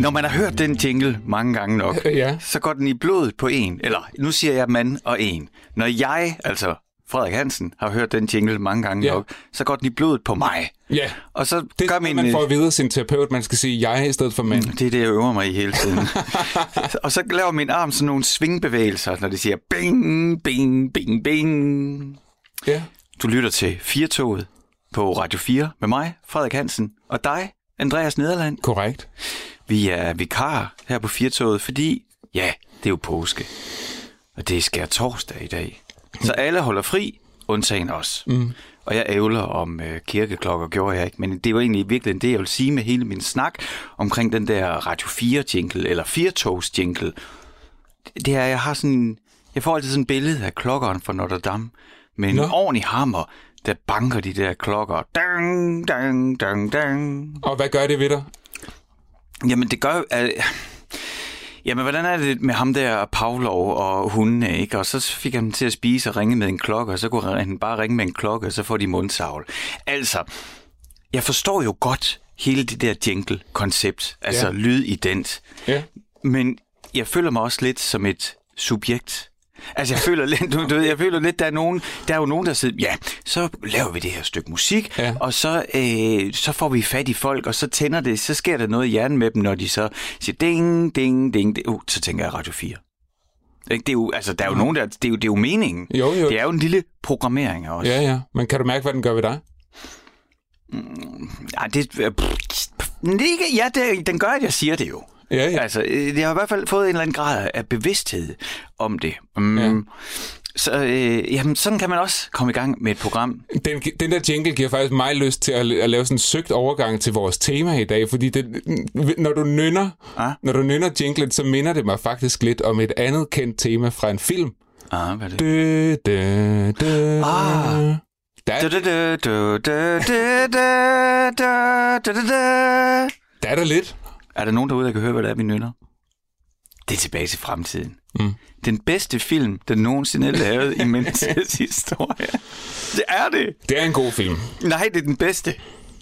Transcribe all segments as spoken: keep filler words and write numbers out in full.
Når man har hørt den jingle mange gange nok, ja. så går den i blodet på en. Eller, nu siger jeg mand og en. Når jeg, altså Frederik Hansen, har hørt den jingle mange gange ja. nok, så går den i blodet på mig. Ja, og så det gør er min... man får at vide af sin terapeut, man skal sige jeg i stedet for mand. Det er det, jeg øver mig i hele tiden. Og så laver min arm sådan nogle svingbevægelser, når det siger bing, bing, bing, bing. Ja. Du lytter til Firtoget på Radio fire med mig, Frederik Hansen, og dig, Andreas Nederland. Korrekt. Vi er vikarer her på Firtoget, fordi, ja, det er jo påske. Og det er skærtorsdag i dag. Så alle holder fri, undtagen os. Mm. Og jeg ævler om øh, kirkeklokker, gjorde jeg ikke. Men det var egentlig virkelig det, jeg vil sige med hele min snak omkring den der Radio fire-jingle, eller Firtogs-jingle. Det er, jeg har sådan... Jeg får altid sådan et billede af klokkeren fra Notre Dame, med en Nå. ordentlig hammer, der banker de der klokker. Dang, dang, dang, dang. Og hvad gør det ved dig? Jamen, det gør... Uh, jamen, hvordan er det med ham der, Pavlov og hundene, ikke? Og så fik han til at spise og ringe med en klokke, og så kunne han bare ringe med en klokke, og så får de mundsavl. Altså, jeg forstår jo godt hele det der jingle-koncept, altså ja. lydident. Ja. Men jeg føler mig også lidt som et subjekt. Altså, jeg føler lidt, du, du ved, jeg føler lidt, der er nogen, der er jo nogen, der siger, ja, så laver vi det her stykke musik, ja. og så, øh, så får vi fat i folk, og så tænder det, så sker der noget i hjernen med dem, når de så siger, ding, ding, ding, ding. Uh, så tænker jeg Radio fire. Det er jo, altså, der er jo ja. nogen, der, det er jo, det er jo meningen. Jo, jo. Det er jo en lille programmering også. Ja, ja. Men kan du mærke, hvad den gør ved dig? Mm, ja, det, øh, pff, det ikke, ja, det, den gør, at jeg siger det jo. Ja, ja. Altså, jeg har i hvert fald fået en eller anden grad af bevidsthed om det. Um, ja. Så øh, jamen, sådan kan man også komme i gang med et program. Den, den der jingle giver faktisk mig lyst til at, at lave sådan en søgt overgang til vores tema i dag, fordi det, når du nynner, ah? når du nynner jinglen, så minder det mig faktisk lidt om et andet kendt tema fra en film. Ah, hvad er det? Dø, dø, dø. Ah. Der er der lidt. Er der nogen derude, der kan høre, hvad det er, vi nynner? Det er Tilbage til fremtiden. Mm. Den bedste film, der nogensinde er lavet i menneskets historie. Det er det. Det er en god film. Nej, det er den bedste.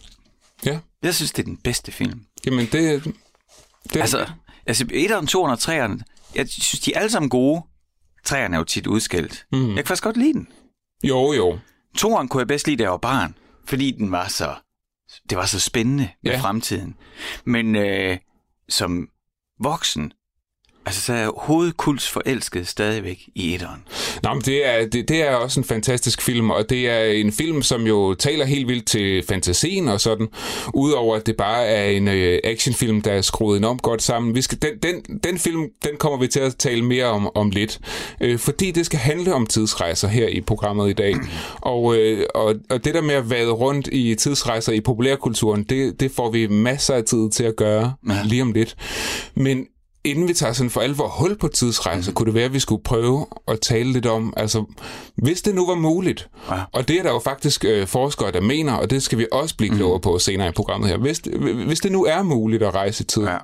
Ja. Jeg synes, det er den bedste film. Jamen, det... det altså, altså etteren, toeren og treeren, jeg synes, de er alle sammen gode. Treeren er jo tit udskældt. Mm. Jeg kan faktisk godt lide den. Jo, jo. Toeren kunne jeg bedst lide, da jeg var barn, fordi den var så... Det var så spændende med ja. fremtiden. Men øh, som voksen, altså så er jeg hovedkuls forelsket stadigvæk i etteren. Nå, men det er, det, det er også en fantastisk film, og det er en film, som jo taler helt vildt til fantasien og sådan, udover at det bare er en øh, actionfilm, der er skruet enormt godt sammen. Vi skal, den, den, den film, den kommer vi til at tale mere om, om lidt, øh, fordi det skal handle om tidsrejser her i programmet i dag. Og, øh, og, og det der med at vade rundt i tidsrejser i populærkulturen, det, det får vi masser af tid til at gøre ja. lige om lidt. Men inden vi tager sådan for alvor hul på tidsrejser, mm. kunne det være, at vi skulle prøve at tale lidt om, altså, hvis det nu var muligt, ja. og det er der jo faktisk øh, forskere, der mener, og det skal vi også blive klogere mm. på senere i programmet her. Hvis, hvis det nu er muligt at rejse i tid, ja.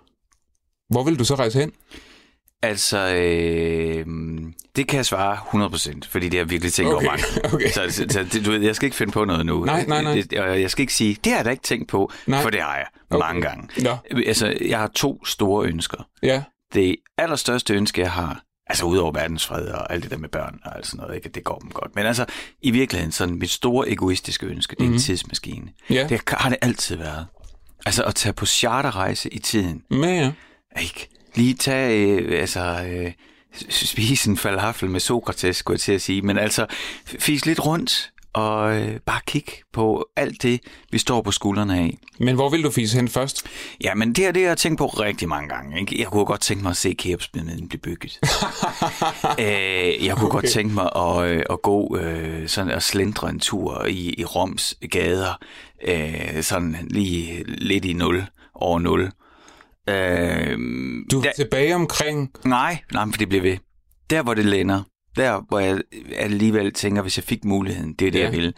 hvor vil du så rejse hen? Altså, øh, det kan jeg svare hundrede procent, fordi det har jeg virkelig tænkt okay. over mange. Okay. Så, så, så det, du ved, jeg skal ikke finde på noget nu. Nej, nej, nej. Det, jeg skal ikke sige, det har jeg da ikke tænkt på, nej. for det har jeg okay. mange gange. Ja. Altså, jeg har to store ønsker. Ja. Det allerstørste ønske, jeg har, altså udover verdensfred og alt det der med børn og alt sådan noget, ikke, det går dem godt. Men altså, i virkeligheden, sådan mit store egoistiske ønske, det er mm-hmm. en tidsmaskine. Ja. Det har det altid været. Altså, at tage på charterrejse i tiden. Men ja. Ikke? Lige tage, øh, altså, øh, spise en falafel med Sokrates, skulle jeg til at sige, men altså, fise lidt rundt og øh, bare kigge på alt det, vi står på skuldrene af. Men hvor vil du fise hen først? Ja, men det er det, jeg har tænkt på rigtig mange gange. Ikke? Jeg kunne godt tænke mig at se Keopspyramiden blive bygget. øh, jeg kunne okay. godt tænke mig at, øh, at gå øh, sådan og slendre en tur i, i Roms gader, øh, sådan lige lidt i nul, over nul. Øh, du er der, tilbage omkring... Nej, nej, for det bliver ved. Der, hvor det lænder. Der, hvor jeg alligevel tænker, hvis jeg fik muligheden, det er det, ja. jeg vil.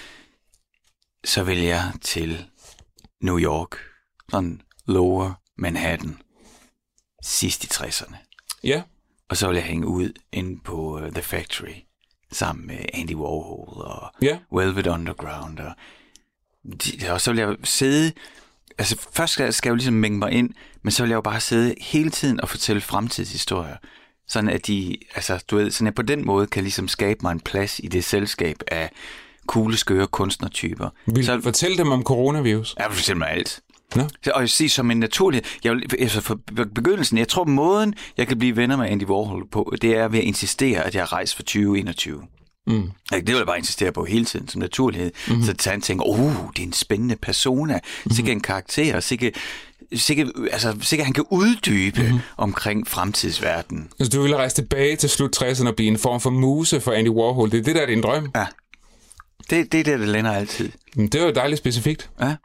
Så vil jeg til New York. Sådan Lower Manhattan. Sidst i tresserne. Ja. Og så vil jeg hænge ud inde på uh, The Factory. Sammen med Andy Warhol og ja. Velvet Underground. Og, de, og så vil jeg sidde altså først skal, skal jeg jo ligesom mænge mig ind, men så vil jeg jo bare sidde hele tiden og fortælle fremtidshistorier. Sådan at de, altså du ved, sådan at på den måde kan ligesom skabe mig en plads i det selskab af coole, skøre kunstnertyper. Vil så du fortælle dem om coronavirus? Jeg vil fortælle mig alt. Nå? Og jeg siger som en naturlig, jeg vil, altså for begyndelsen, jeg tror måden, jeg kan blive venner med Andy Warhol på, det er ved at insistere, at jeg har rejst for tyve enogtyve. Mm. Det vil jeg bare insistere på hele tiden, som naturlighed. Mm-hmm. Så han tænker, oh, det er en spændende persona, mm-hmm. sikkert en karakter, sikkert, sikkert, altså, sikkert han kan uddybe mm-hmm. omkring fremtidsverdenen. Altså du ville rejse tilbage til slut tresserne og blive en form for muse for Andy Warhol, det er det, der er din drøm? Ja, det, det er det, der lænder altid. Men det er jo dejligt specifikt. Ja.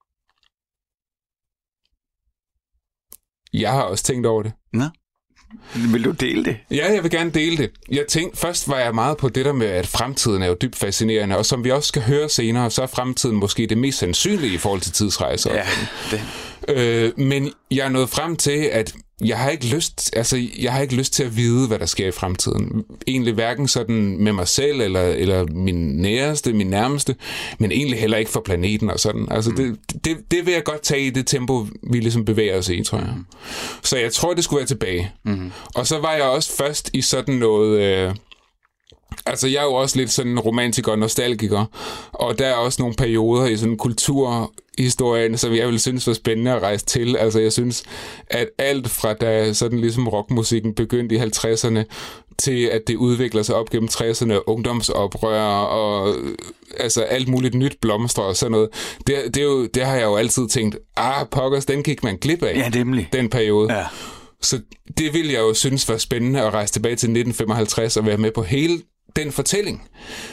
Jeg har også tænkt over det. Nå. Vil du dele det? Ja, jeg vil gerne dele det. Jeg tænkte, først var jeg meget på det der med, at fremtiden er jo dybt fascinerende, og som vi også skal høre senere, så er fremtiden måske det mest sandsynlige i forhold til tidsrejser. Ja, det. Øh, men jeg er nået frem til, at jeg har ikke lyst, altså jeg har ikke lyst til at vide, hvad der sker i fremtiden. Egentlig hverken sådan med mig selv eller eller min næreste, min nærmeste, men egentlig heller ikke for planeten og sådan. Altså mm. det, det det vil jeg godt tage i det tempo vi ligesom bevæger os i, tror jeg. Mm. Så jeg tror det skulle være tilbage. Mm. Og så var jeg også først i sådan noget øh, altså jeg er jo også lidt sådan en romantiker og nostalgiker, og der er også nogle perioder i sådan kulturhistorien, som jeg vil synes var spændende at rejse til. Altså jeg synes, at alt fra da sådan ligesom rockmusikken begyndte i halvtredserne, til at det udvikler sig op gennem tresserne, ungdomsoprør og altså alt muligt nyt blomster og sådan noget. Det, det, er jo, det har jeg jo altid tænkt, ah pokkers, den gik man glip af, ja, nemlig. Den periode. Ja. Så det ville jeg jo synes var spændende at rejse tilbage til nitten femoghalvtreds og være med på hele den fortælling.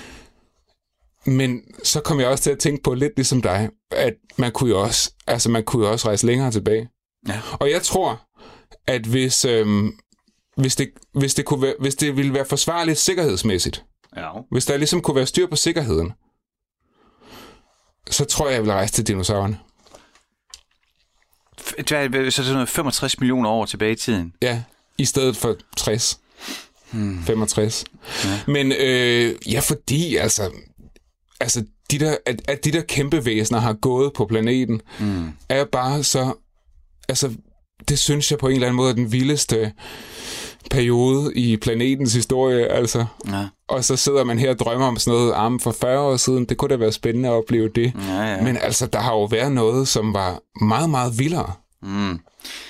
Men så kom jeg også til at tænke på lidt ligesom dig, at man kunne jo også, altså man kunne jo også rejse længere tilbage. Ja. Og jeg tror, at hvis øhm, hvis det hvis det kunne være, hvis det ville være forsvarligt sikkerhedsmæssigt, ja. Hvis der ligesom kunne være styr på sikkerheden, så tror jeg, jeg ville rejse til dinosaurerne. Så sådan noget femogtres millioner år tilbage i tiden. Ja, i stedet for tres. Hmm. femogtres. Ja. Men øh, ja, fordi altså, altså de der, at, at de der kæmpe væsener har gået på planeten, hmm. er bare så, altså det synes jeg på en eller anden måde er den vildeste periode i planetens historie, altså. Ja. Og så sidder man her og drømmer om sådan noget arm for fyrre år siden. Det kunne da være spændende at opleve det. Ja, ja. Men altså, der har jo været noget, som var meget, meget vildere. Mm.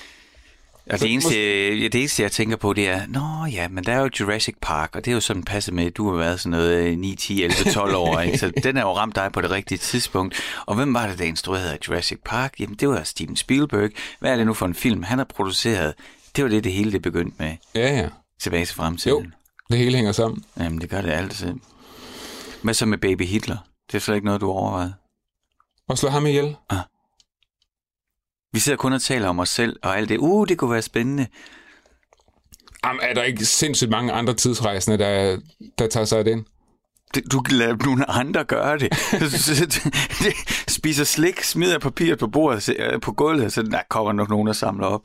Og det eneste, det eneste, jeg tænker på, det er, nå ja, men der er jo Jurassic Park, og det er jo sådan passet med, at du har været sådan noget ni, ti, elleve, tolv år, ikke? Så den er jo ramt dig på det rigtige tidspunkt. Og hvem var det, der instruerede Jurassic Park? Jamen, det var Steven Spielberg. Hvad er det nu for en film, han har produceret? Det var det, det hele det begyndte med. Ja, ja. Tilbage til fremtiden. Jo, det hele hænger sammen. Jamen, det gør det altid. Hvad så med baby Hitler? Det er slet ikke noget, du overvejede. Og slå ham ihjel? Ah. Vi sidder kun og taler om os selv, og alt det. Uh, det kunne være spændende. Jamen, er der ikke sindssygt mange andre tidsrejsende, der, der tager sig af den? Du kan lade nogle andre gøre det. Spiser slik, smider papiret på bordet, på gulvet, så der kommer nok nogen, der samler op.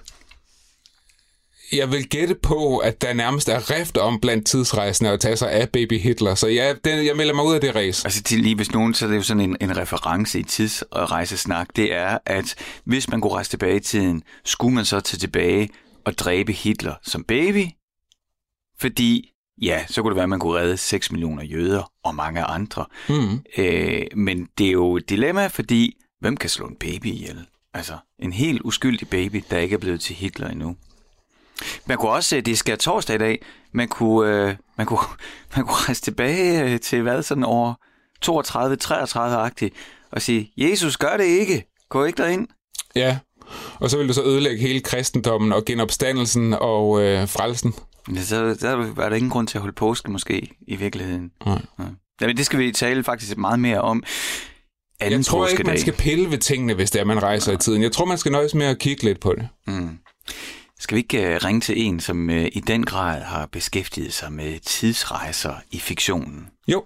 Jeg vil gætte på, at der nærmest er rift om blandt tidsrejsende at tage sig af baby Hitler, så jeg, den, jeg melder mig ud af det race. Altså til lige hvis nogen, så er det jo sådan en, en reference i tidsrejsesnak, det er, at hvis man kunne rejse tilbage i tiden, skulle man så tage tilbage og dræbe Hitler som baby, fordi ja, så kunne det være, at man kunne redde seks millioner jøder og mange andre. Mm. Øh, men det er jo et dilemma, fordi hvem kan slå en baby ihjel? Altså en helt uskyldig baby, der ikke er blevet til Hitler endnu. Man kunne også, det skal torsdag i dag, man kunne, øh, man kunne, man kunne rejse tilbage til hvad, sådan over toogtredive treogtredive-agtigt, og sige, Jesus, gør det ikke, gå ikke derind. Ja, og så vil du så ødelægge hele kristendommen og genopstandelsen og øh, frelsen. Ja, så der var der ingen grund til at holde påske måske, i virkeligheden. Nej. Ja. Jamen, det skal vi tale faktisk meget mere om. Anden Jeg tror ikke, man skal pille ved tingene, hvis det er, man rejser ja. i tiden. Jeg tror, man skal nøjes med at kigge lidt på det. Mm. Skal vi ikke ringe til en, som uh, i den grad har beskæftiget sig med tidsrejser i fiktionen? Jo.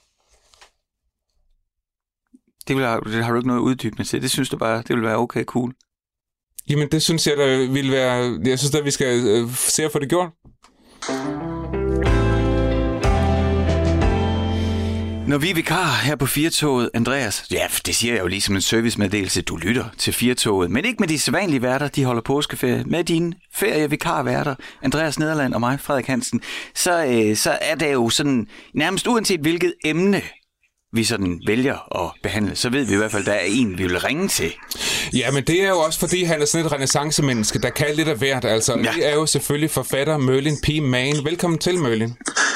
Det, vil, det har du ikke noget uddybende til. Det synes du bare, det vil være okay cool? Jamen, det synes jeg, der vil være... Jeg synes, at vi skal uh, se at få det gjort. Når vi er vikarer her på Firtoget, Andreas, ja, det siger jeg jo lige som en servicemeddelelse, du lytter til Firtoget, men ikke med de sædvanlige værter, de holder påskeferie, med dine ferievikarværter, Andreas Nederland og mig, Frederik Hansen, så, øh, så er det jo sådan, nærmest uanset hvilket emne vi sådan vælger at behandle, så ved vi i hvert fald, at der er en, vi vil ringe til. Ja, men det er jo også, fordi han er sådan et renæssancemenneske, der kan lidt af hvert. Altså, ja. Det er jo selvfølgelig forfatter Merlin P. Mann. Velkommen til, Merlin.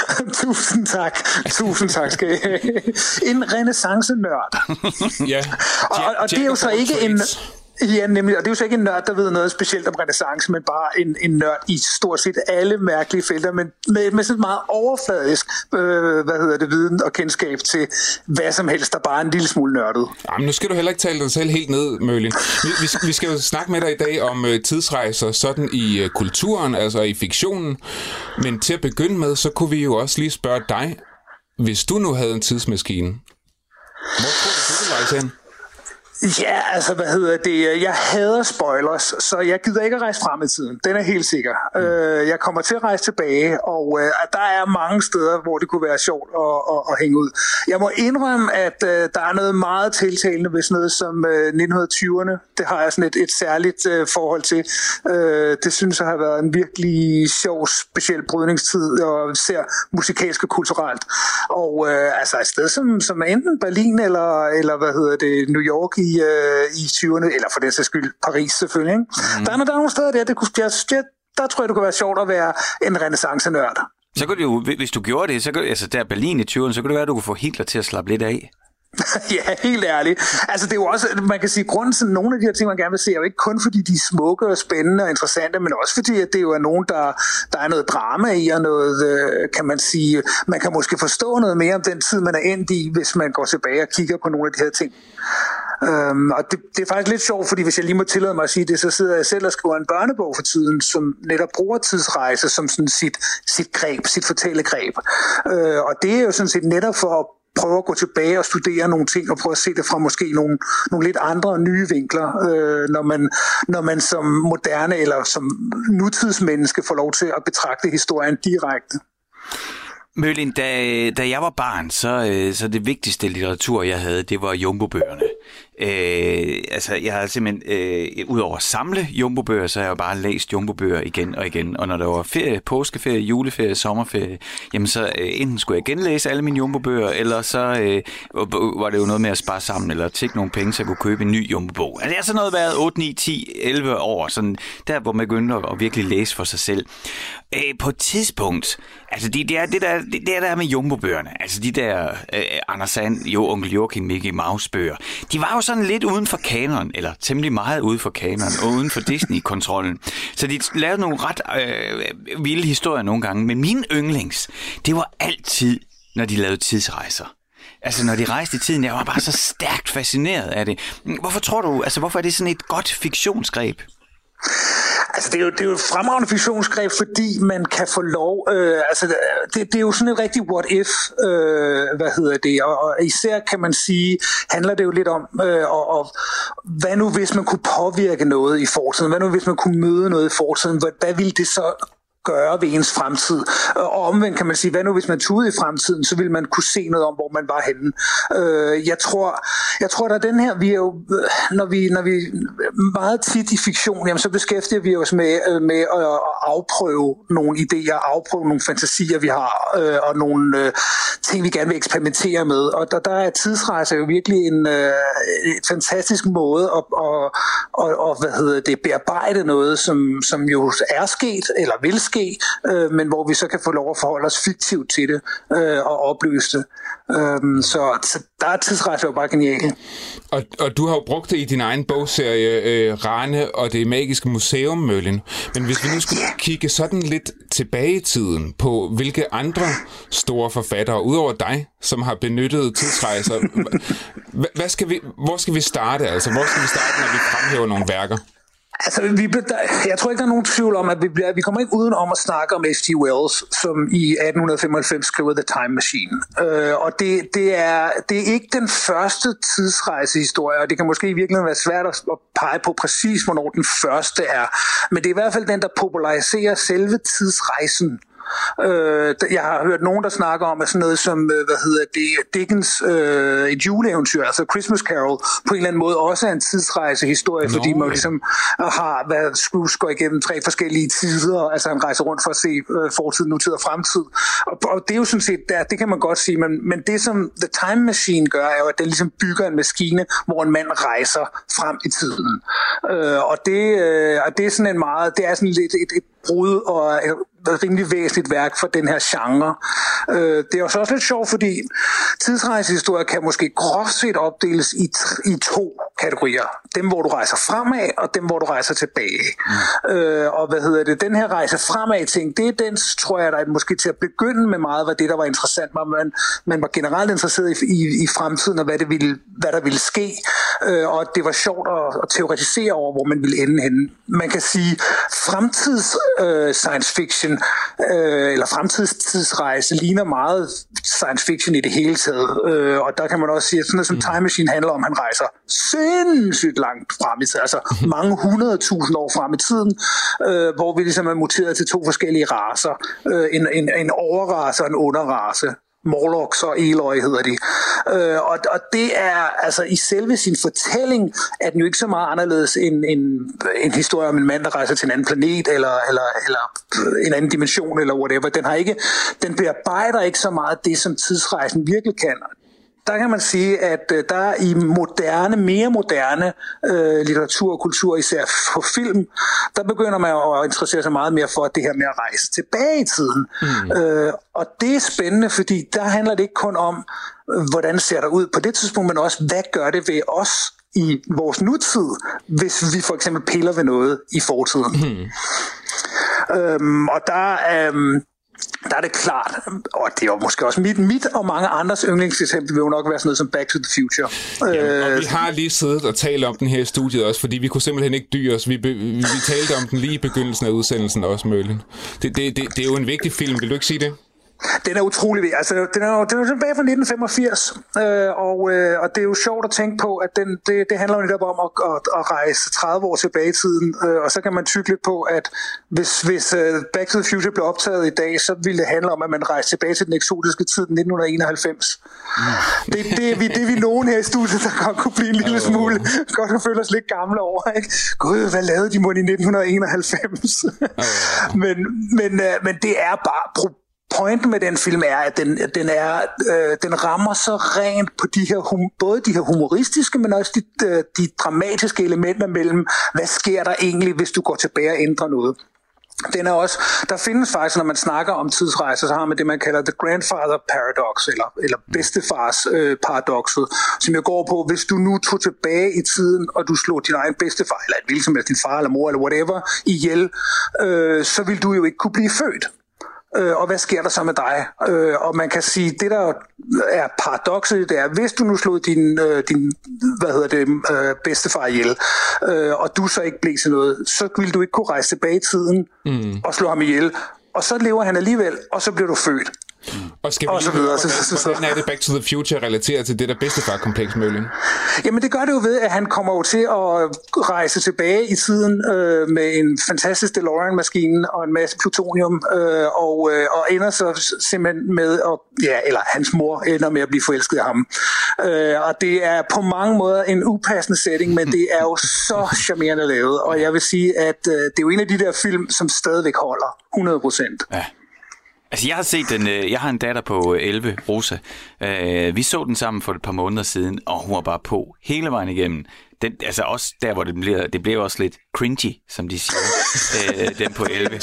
Tusind tak. Tusind tak skal jeg have. En renæssancenørd. Ja. Og, og, og det er jo så ikke en... Ja, nemlig, og det er jo så ikke en nørd, der ved noget specielt om renæssance, men bare en, en nørd i stort set alle mærkelige felter, men med, med sådan meget overfladisk øh, hvad hedder det, viden og kendskab til hvad som helst, der bare er en lille smule nørdet. Jamen, nu skal du heller ikke tale dig selv helt ned, Merlin. Vi, vi, vi skal jo snakke med dig i dag om uh, tidsrejser sådan i uh, kulturen, altså i fiktionen, men til at begynde med, så kunne vi jo også lige spørge dig, hvis du nu havde en tidsmaskine, hvor tror du, du ville rejse hen? Ja, altså, hvad hedder det? Jeg hader spoilers, så jeg gider ikke at rejse frem i tiden. Den er helt sikker. Mm. Øh, jeg kommer til at rejse tilbage, og øh, der er mange steder, hvor det kunne være sjovt at, at, at hænge ud. Jeg må indrømme, at øh, der er noget meget tiltalende ved sådan noget som øh, nitten tyverne. Det har jeg sådan et, et særligt øh, forhold til. Øh, det synes jeg har været en virkelig sjov, speciel brydningstid, og ser musikalsk og kulturelt. Og øh, altså et sted som, som enten Berlin eller, eller hvad hedder det, New York i I, øh, i tyverne, eller for den sags skyld Paris selvfølgelig. Ikke? Mm. Der, er, der er nogle steder der, det kunne, jeg, jeg, der tror jeg, det kunne være sjovt at være en renæssancenørd. Så kunne det jo, hvis du gjorde det, så kunne, altså der Berlin i tyverne, så kunne det være, at du kunne få Hitler til at slappe lidt af. Ja, helt ærligt. Altså det er jo også, man kan sige, grunden til nogle af de her ting, man gerne vil se, er jo ikke kun fordi de er smukke og spændende og interessante, men også fordi, at det jo er nogen, der, der er noget drama i, og noget, kan man sige, man kan måske forstå noget mere om den tid, man er endt i, hvis man går tilbage og kigger på nogle af de her ting. Um, og det, det er faktisk lidt sjovt, fordi hvis jeg lige må tillade mig at sige det, så sidder jeg selv og skriver en børnebog for tiden, som netop bruger tidsrejse som sådan sit, sit greb, sit fortællegreb. Uh, og det er jo sådan set netop for at prøve at gå tilbage og studere nogle ting, og prøve at se det fra måske nogle, nogle lidt andre og nye vinkler, øh, når, man, når man som moderne eller som nutidsmenneske får lov til at betragte historien direkte. Merlin, da, da jeg var barn, så, så det vigtigste litteratur, jeg havde, det var Jumbo-bøgerne. Øh, altså, jeg har simpelthen, øh, udover at samle Jumbo-bøger, så har jeg jo bare læst Jumbo-bøger igen og igen. Og når der var ferie, påskeferie, juleferie, sommerferie, jamen så øh, enten skulle jeg genlæse alle mine Jumbo-bøger, eller så øh, var det jo noget med at spare sammen, eller tække nogle penge, så jeg kunne købe en ny Jumbo-bog. Altså, det har sådan noget været otte, ni, ti, elleve år, sådan der, hvor man begyndte at virkelig læse for sig selv. Øh, på et tidspunkt, altså det, det, er, det, der, det, det er der med Jumbo-bøgerne, altså de der øh, Anders Sand, jo, Onkel Joachim, Mickey Mouse-bøger, de var jo sådan lidt uden for kanonen, eller temmelig meget uden for kanonen, og uden for Disney-kontrollen. Så de lavede nogle ret øh, vilde historier nogle gange, men mine yndlings, det var altid, når de lavede tidsrejser. Altså, når de rejste i tiden, jeg var bare så stærkt fascineret af det. Hvorfor tror du, altså hvorfor er det sådan et godt fiktionsgreb? Altså, det er, jo, det er jo et fremragende fiktionsgreb, fordi man kan få lov, øh, altså, det, det er jo sådan et rigtig what if, øh, hvad hedder det, og, og især kan man sige, handler det jo lidt om, øh, og, og hvad nu hvis man kunne påvirke noget i fortiden, hvad nu hvis man kunne møde noget i fortiden, hvad, hvad ville det så gøre ved ens fremtid. Og omvendt kan man sige, hvad nu hvis man tog i fremtiden, så ville man kunne se noget om, hvor man var henne. Øh, jeg tror, jeg tror, der er den her, vi er jo, når vi, når vi meget tit i fiktion, jamen, så beskæftiger vi os med, med at afprøve nogle idéer, afprøve nogle fantasier, vi har, øh, og nogle øh, ting, vi gerne vil eksperimentere med. Og der, der er tidsrejser jo virkelig en øh, et fantastisk måde at, at, at, at hvad hedder det, bearbejde noget, som, som jo er sket, eller vil ske, ske, øh, men hvor vi så kan få lov at forholde os fiktivt til det øh, og oplyse det. Øh, så, så der er tidsrejser jo bare genialt. Og, og du har jo brugt det i din egen bogserie, øh, Rane og det magiske museum, Merlin. Men hvis vi nu skulle kigge sådan lidt tilbage i tiden på, hvilke andre store forfattere, udover dig, som har benyttet tidsrejser, hvad skal vi, hvor skal vi starte? Altså, hvor skal vi starte, når vi fremhæver nogle værker? Altså, vi, der, jeg tror ikke, der er nogen tvivl om, at vi, bliver, vi kommer ikke uden om at snakke om H G Wells, som i atten femoghalvfems skriver The Time Machine. Øh, og det, det, er, det er ikke den første tidsrejsehistorie, og det kan måske i virkeligheden være svært at pege på præcis, hvornår den første er. Men det er i hvert fald den, der populariserer selve tidsrejsen. Øh, jeg har hørt nogen, der snakker om, at sådan noget som, hvad hedder det, Dickens øh, et juleeventyr, altså Christmas Carol, på en eller anden måde også er en tidsrejsehistorie, no, fordi man ligesom har, hvad Scrooge går igennem tre forskellige tider, altså han rejser rundt for at se øh, fortid, nutid og fremtid. Og, og det er jo sådan set, der, det kan man godt sige, men, men det som The Time Machine gør, er jo, at den ligesom bygger en maskine, hvor en mand rejser frem i tiden. Øh, og, det, øh, og det er sådan en meget, det er sådan lidt et, et brud og et rimelig væsentligt værk for den her genre. Øh, det er også også lidt sjovt, fordi tidsrejsehistorier kan måske groft set opdeles i, i to kategorier. Dem, hvor du rejser fremad, og dem, hvor du rejser tilbage. Mm. Øh, og hvad hedder det? Den her rejse fremad ting, det er den, tror jeg, der er måske til at begynde med meget, var det, der var interessant. Man, man var generelt interesseret i, i, i fremtiden, og hvad, det ville, hvad der ville ske. Øh, og det var sjovt at, at teoretisere over, hvor man ville ende henne. Man kan sige, fremtids øh, science fiction, øh, eller fremtidstidsrejse, ligner meget science fiction i det hele taget. Øh, og der kan man også sige, at sådan noget som mm. Time Machine handler om, at han rejser sindssygt langt frem i tiden, altså mange hundrede tusind år frem i tiden, øh, hvor vi ligesom er muteret til to forskellige racer. Øh, en, en, en overrace og en underrace. Morlocks og Eloi hedder de. Øh, og, og det er, altså i selve sin fortælling, er den jo ikke så meget anderledes end en, en historie om en mand, der rejser til en anden planet, eller, eller, eller en anden dimension, eller whatever. Den har ikke, den bearbejder ikke så meget det, som tidsrejsen virkelig kan. Der kan man sige, at øh, der i moderne, mere moderne øh, litteratur og kultur, især på film, der begynder man at interessere sig meget mere for det her med at rejse tilbage i tiden. Mm. Øh, og det er spændende, fordi der handler det ikke kun om, hvordan ser der ud på det tidspunkt, men også, hvad gør det ved os i vores nutid, hvis vi for eksempel piller ved noget i fortiden. Mm. Øhm, og der er... Øhm, Der er det klart, og det er jo måske også mit, mit og mange andres yndlingseksempel vil jo nok være sådan noget som Back to the Future. Ja, og vi har lige siddet og talt om den her i studiet også, fordi vi kunne simpelthen ikke dyre os. Vi, be, vi talte om den lige i begyndelsen af udsendelsen også, Merlin. Det, det, det, det er jo en vigtig film, vil du ikke sige det? Den er utrolig vigtig. Altså, den er jo, den er jo tilbage fra nitten femogfirs, øh, og, øh, og det er jo sjovt at tænke på, at den, det, det handler jo netop om at, at, at rejse tredive år tilbage i tiden, øh, og så kan man tykke lidt på, at hvis, hvis uh, Back to the Future blev optaget i dag, så ville det handle om, at man rejste tilbage til den eksotiske tid nitten enoghalvfems. Mm. Det, det, er vi, det er vi nogen her i studiet, der godt kunne blive en lille smule, godt kunne føle os lidt gamle over, ikke? Gud, hvad lavede de mod i nitten enoghalvfems? men, men, øh, men det er bare pro- Pointen med den film er, at den, den, er, øh, den rammer så rent på de her hum, både de her humoristiske, men også de, de, de dramatiske elementer mellem, hvad sker der egentlig, hvis du går tilbage og ændrer noget. Den er også, der findes faktisk, når man snakker om tidsrejser, så har man det, man kalder the grandfather paradox, eller, eller bedstefars øh, paradokset, som jo går på, hvis du nu tog tilbage i tiden, og du slog din egen bedstefar, eller et hvilket som helst, din far eller mor, eller whatever, ihjel, øh, så vil du jo ikke kunne blive født. Øh, og hvad sker der så med dig? Øh, og man kan sige, det der er paradokset, det er, hvis du nu slog din, øh, din hvad hedder det, øh, bedstefar ihjel, øh, og du så ikke blev til noget, så ville du ikke kunne rejse tilbage i tiden mm. og slå ham ihjel. Og så lever han alligevel, og så bliver du født. Mm. Og skal vi og så videre, så, så, så, hvordan er det Back to the Future relateret til det der bedstefar-kompleks, Merlin? Jamen det gør det jo ved, at han kommer jo til at rejse tilbage i tiden øh, med en fantastisk DeLorean-maskine og en masse plutonium, øh, og, øh, og ender så simpelthen med, at, ja, eller hans mor ender med at blive forelsket af ham. Øh, og det er på mange måder en upassende setting, men det er jo så charmerende lavet, og jeg vil sige, at øh, det er jo en af de der film, som stadigvæk holder hundrede procent. Ja. Altså, jeg har set den, jeg har en datter på elleve, Rosa. Uh, vi så den sammen for et par måneder siden, og hun var bare på hele vejen igennem. Den, altså også der, hvor det bliver, det bliver også lidt cringy, som de siger, uh, den på elleve.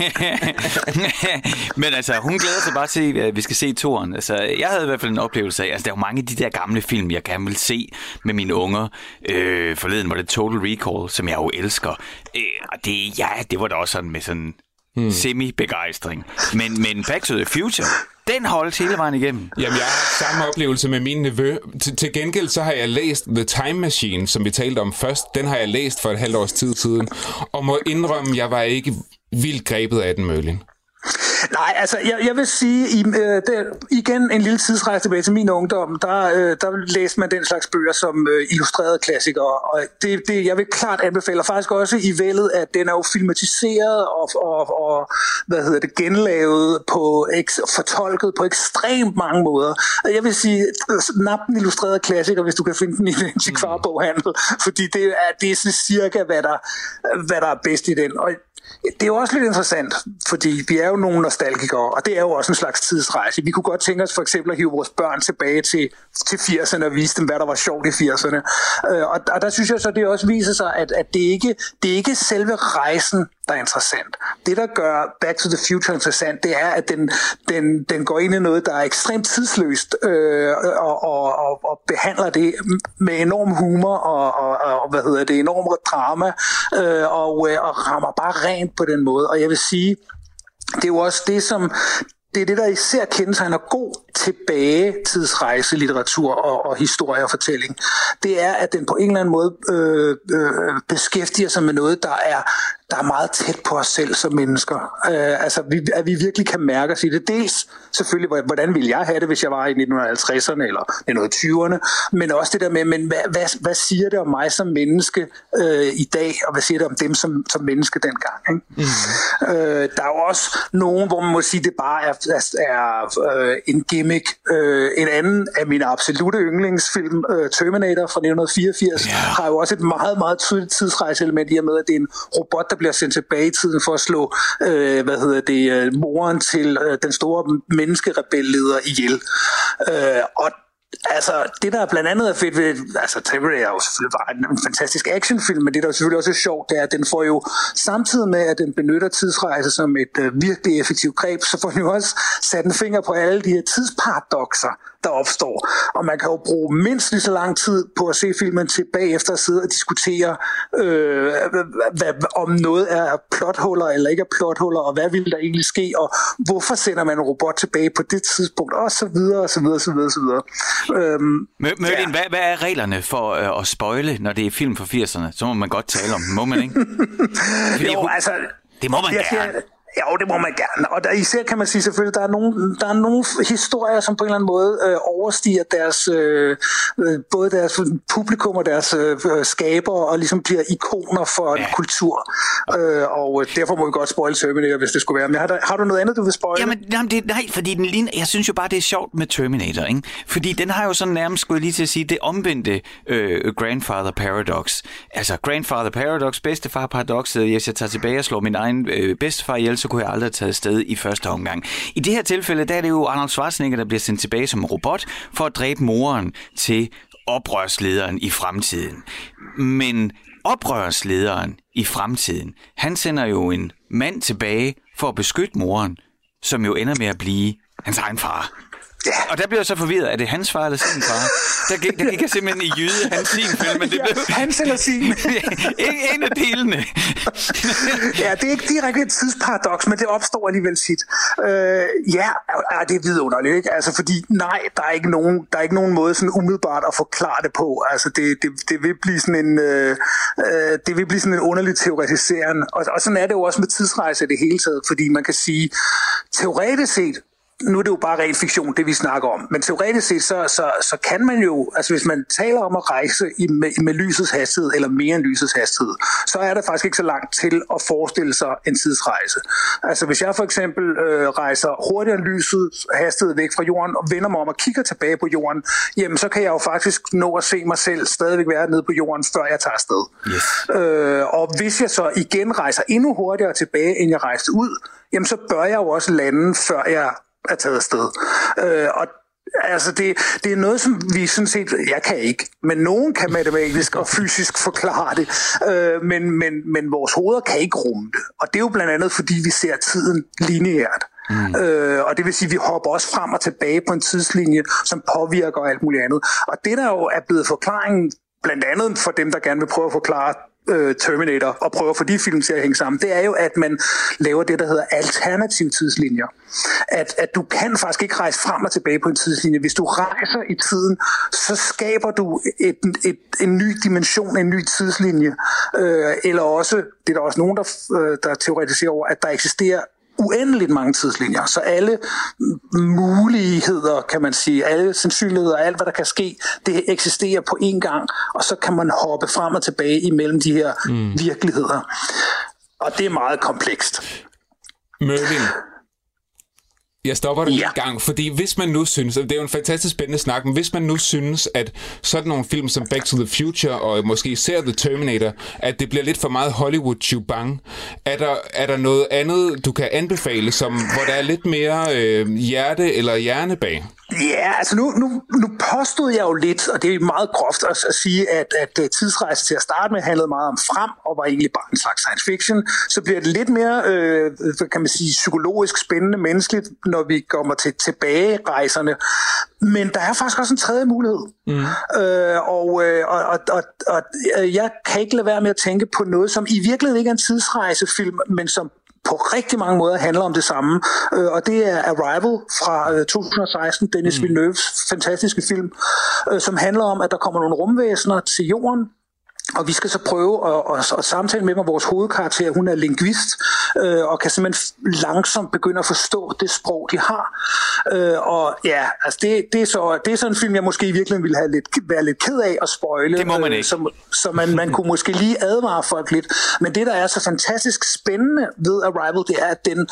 Men altså, hun glæder sig bare til, at vi skal se toren. Altså, jeg havde i hvert fald en oplevelse af, altså der er jo mange af de der gamle film, jeg gerne vil se med mine unger. Uh, forleden var det Total Recall, som jeg jo elsker. Uh, og det, ja, det var da også sådan med sådan... Hmm. semi-begejstring. Men, men Back to the Future, den holdt hele vejen igennem. Jamen, jeg har samme oplevelse med min nevø. Til, til gengæld så har jeg læst The Time Machine, som vi talte om først. Den har jeg læst for et halvt års tid siden. Og må indrømme, jeg var ikke vildt grebet af den, Merlin. Nej, altså jeg, jeg vil sige, i, øh, der, igen en lille tidsrejse tilbage til min ungdom, der, øh, der læste man den slags bøger som øh, illustrerede klassikere, og det, det, jeg vil klart anbefale, faktisk også i vældet, at den er jo filmatiseret og, og, og hvad hedder det, genlavet på, eks, fortolket på ekstremt mange måder. Jeg vil sige, nap den illustrerede klassiker, hvis du kan finde den i en antikvarboghandel, fordi det er, det er sådan cirka, hvad der, hvad der er bedst i den. Og det er jo også lidt interessant, fordi vi er jo nogle nostalgikere, og det er jo også en slags tidsrejse. Vi kunne godt tænke os for eksempel at hive vores børn tilbage til, til firserne og vise dem, hvad der var sjovt i firserne. Og, og der synes jeg så, det også viser sig, at, at det, ikke, det er ikke selve rejsen, der er interessant. Det, der gør Back to the Future interessant, det er, at den, den, den går ind i noget, der er ekstremt tidsløst, øh, og, og, og, og behandler det med enorm humor og, og, og hvad hedder det, enorm drama, øh, og, og rammer bare rent på den måde. Og jeg vil sige, det er jo også det, som det er det, der især kendetegner god tilbage-tidsrejselitteratur og, og historie og fortælling. Det er, at den på en eller anden måde øh, øh, beskæftiger sig med noget, der er der er meget tæt på os selv som mennesker. Øh, altså, vi, at vi virkelig kan mærke os i det. Dels selvfølgelig, hvordan ville jeg have det, hvis jeg var i nitten halvtredserne eller nitten tyverne, men også det der med, men hvad, hvad, hvad siger det om mig som menneske øh, i dag, og hvad siger det om dem som, som menneske dengang? Ikke? Mm. Øh, der er jo også nogen, hvor man må sige, det bare er, er, er øh, en gimmick. Øh, en anden af mine absolutte yndlingsfilm, øh, Terminator fra nitten fireogfirs, yeah. har jo også et meget, meget tydeligt tidsrejseelement i og med, at det er en robot, der bliver sendt tilbage i tiden for at slå øh, hvad hedder det, øh, moren til øh, den store menneskerebelleder ihjel. Øh, og altså, det der blandt andet er fedt ved, altså Terminator er jo selvfølgelig bare en, en fantastisk actionfilm, men det der er selvfølgelig også sjovt, det er, at den får jo, samtidig med at den benytter tidsrejse som et øh, virkelig effektivt greb, så får den jo også sat en finger på alle de her tidsparadoxer, der opstår. Og man kan jo bruge mindst lige så lang tid på at se filmen tilbage efter at sidde og diskutere, øh, hvad, om noget er plothuller eller ikke er plothuller, og hvad vil der egentlig ske, og hvorfor sender man en robot tilbage på det tidspunkt, og så videre, og så videre, og så videre, og så videre. Øhm, Merlin, ja. hvad, hvad er reglerne for øh, at spoile, når det er film fra firserne? Så må man godt tale om, må man ikke? Fordi, jo, altså... Det må man gerne. Siger, Ja, det må man gerne. Og der, især kan man sige selvfølgelig, der er nogle, der er nogle historier, som på en eller anden måde øh, overstiger deres, øh, både deres publikum og deres øh, skaber, og ligesom bliver ikoner for ja. en kultur. Øh, og derfor må vi godt spoile Terminator, hvis det skulle være. Men har, der, har du noget andet, du vil spoile? Jamen, jamen det, nej, fordi den ligner, jeg synes jo bare, det er sjovt med Terminator, ikke? Fordi den har jo sådan nærmest, skulle jeg lige til at sige, det omvendte øh, Grandfather Paradox. Altså, Grandfather Paradox, bedstefar paradoxet, hvis jeg tager tilbage og slår min egen øh, bedstefar ihjel, så kunne jeg aldrig have taget sted i første omgang. I det her tilfælde, der er det jo Arnold Schwarzenegger, der bliver sendt tilbage som robot for at dræbe moren til oprørslederen i fremtiden. Men oprørslederen i fremtiden, han sender jo en mand tilbage for at beskytte moren, som jo ender med at blive hans egen far. Ja. Og der bliver jeg så forvirret, er det hans far eller sin far? Der gik, der gik jeg simpelthen i jyde, hans sin film, men det ja, blev... hans eller sin. En af delene. Ja, det er ikke direkte et tidsparadoks, men det opstår alligevel sit. Øh, ja, det er vidunderligt, ikke? Altså, fordi nej, der er ikke nogen, der er ikke nogen måde sådan umiddelbart at forklare det på. Altså, det, det, det vil blive sådan en, øh, det vil blive sådan en underlig teoretisering. Og, og sådan er det jo også med tidsrejse i det hele taget, fordi man kan sige, teoretisk set, nu er det jo bare ren fiktion, det vi snakker om, men teoretisk set, så, så, så kan man jo, altså hvis man taler om at rejse i, med, med lysets hastighed, eller mere end lysets hastighed, så er der faktisk ikke så langt til at forestille sig en tidsrejse. Altså hvis jeg for eksempel øh, rejser hurtigere end lysets hastighed væk fra jorden, og vender mig om og kigger tilbage på jorden, jamen så kan jeg jo faktisk nå at se mig selv stadigvæk være nede på jorden, før jeg tager afsted. Yes. Øh, og hvis jeg så igen rejser endnu hurtigere tilbage, end jeg rejste ud, jamen så bør jeg jo også lande, før jeg er taget afsted. Øh, og altså det, det er noget, som vi sådan set, jeg kan ikke, men nogen kan matematisk og fysisk forklare det, øh, men, men, men vores hoveder kan ikke rumme det. Og det er jo blandt andet, fordi vi ser tiden lineært. Mm. Øh, og det vil sige, at vi hopper også frem og tilbage på en tidslinje, som påvirker alt muligt andet. Og det, der jo er blevet forklaringen, blandt andet for dem, der gerne vil prøve at forklare Terminator og prøver at få de film til at hænge sammen, det er jo, at man laver det, der hedder alternative tidslinjer. At, at du kan faktisk ikke rejse frem og tilbage på en tidslinje. Hvis du rejser i tiden, så skaber du et, et, en ny dimension, en ny tidslinje. Øh, eller også, det er der også nogen, der, der teoretiserer over, at der eksisterer uendeligt mange tidslinjer, så alle muligheder, kan man sige, alle sandsynligheder, alt hvad der kan ske, det eksisterer på én gang, og så kan man hoppe frem og tilbage imellem de her mm. virkeligheder. Og det er meget komplekst. Merlin, jeg stopper dig ja. lige en gang, fordi hvis man nu synes, og det er jo en fantastisk spændende snak, men hvis man nu synes, at sådan nogle film som Back to the Future, og måske især The Terminator, at det bliver lidt for meget Hollywood-chubang, er der, er der noget andet, du kan anbefale, som, hvor der er lidt mere øh, hjerte eller hjerne bag? Ja, altså nu, nu, nu påstod jeg jo lidt, og det er meget groft at, at sige, at, at tidsrejse til at starte med handlede meget om frem, og var egentlig bare en slags science fiction. Så bliver det lidt mere, øh, kan man sige, psykologisk spændende, menneskeligt, når vi kommer til tilbagerejserne. Men der er faktisk også en tredje mulighed. Mm. Øh, og, og, og, og, og jeg kan ikke lade være med at tænke på noget, som i virkeligheden ikke er en tidsrejsefilm, men som på rigtig mange måder handler om det samme, øh, og det er Arrival fra øh, to tusind og seksten, Denis mm. Villeneuves fantastiske film, øh, som handler om, at der kommer nogle rumvæsener til jorden, og vi skal så prøve at, at, at samtale med, med vores hovedkarakter. Hun er lingvist, øh, og kan simpelthen langsomt begynde at forstå det sprog, de har. Øh, og ja, altså det, det, er så, det er sådan en film, jeg måske i virkeligheden ville have lidt, være lidt ked af at spoile. Det må man ikke. Øh, så så man, man kunne måske lige advare folk lidt. Men det, der er så fantastisk spændende ved Arrival, det er, at den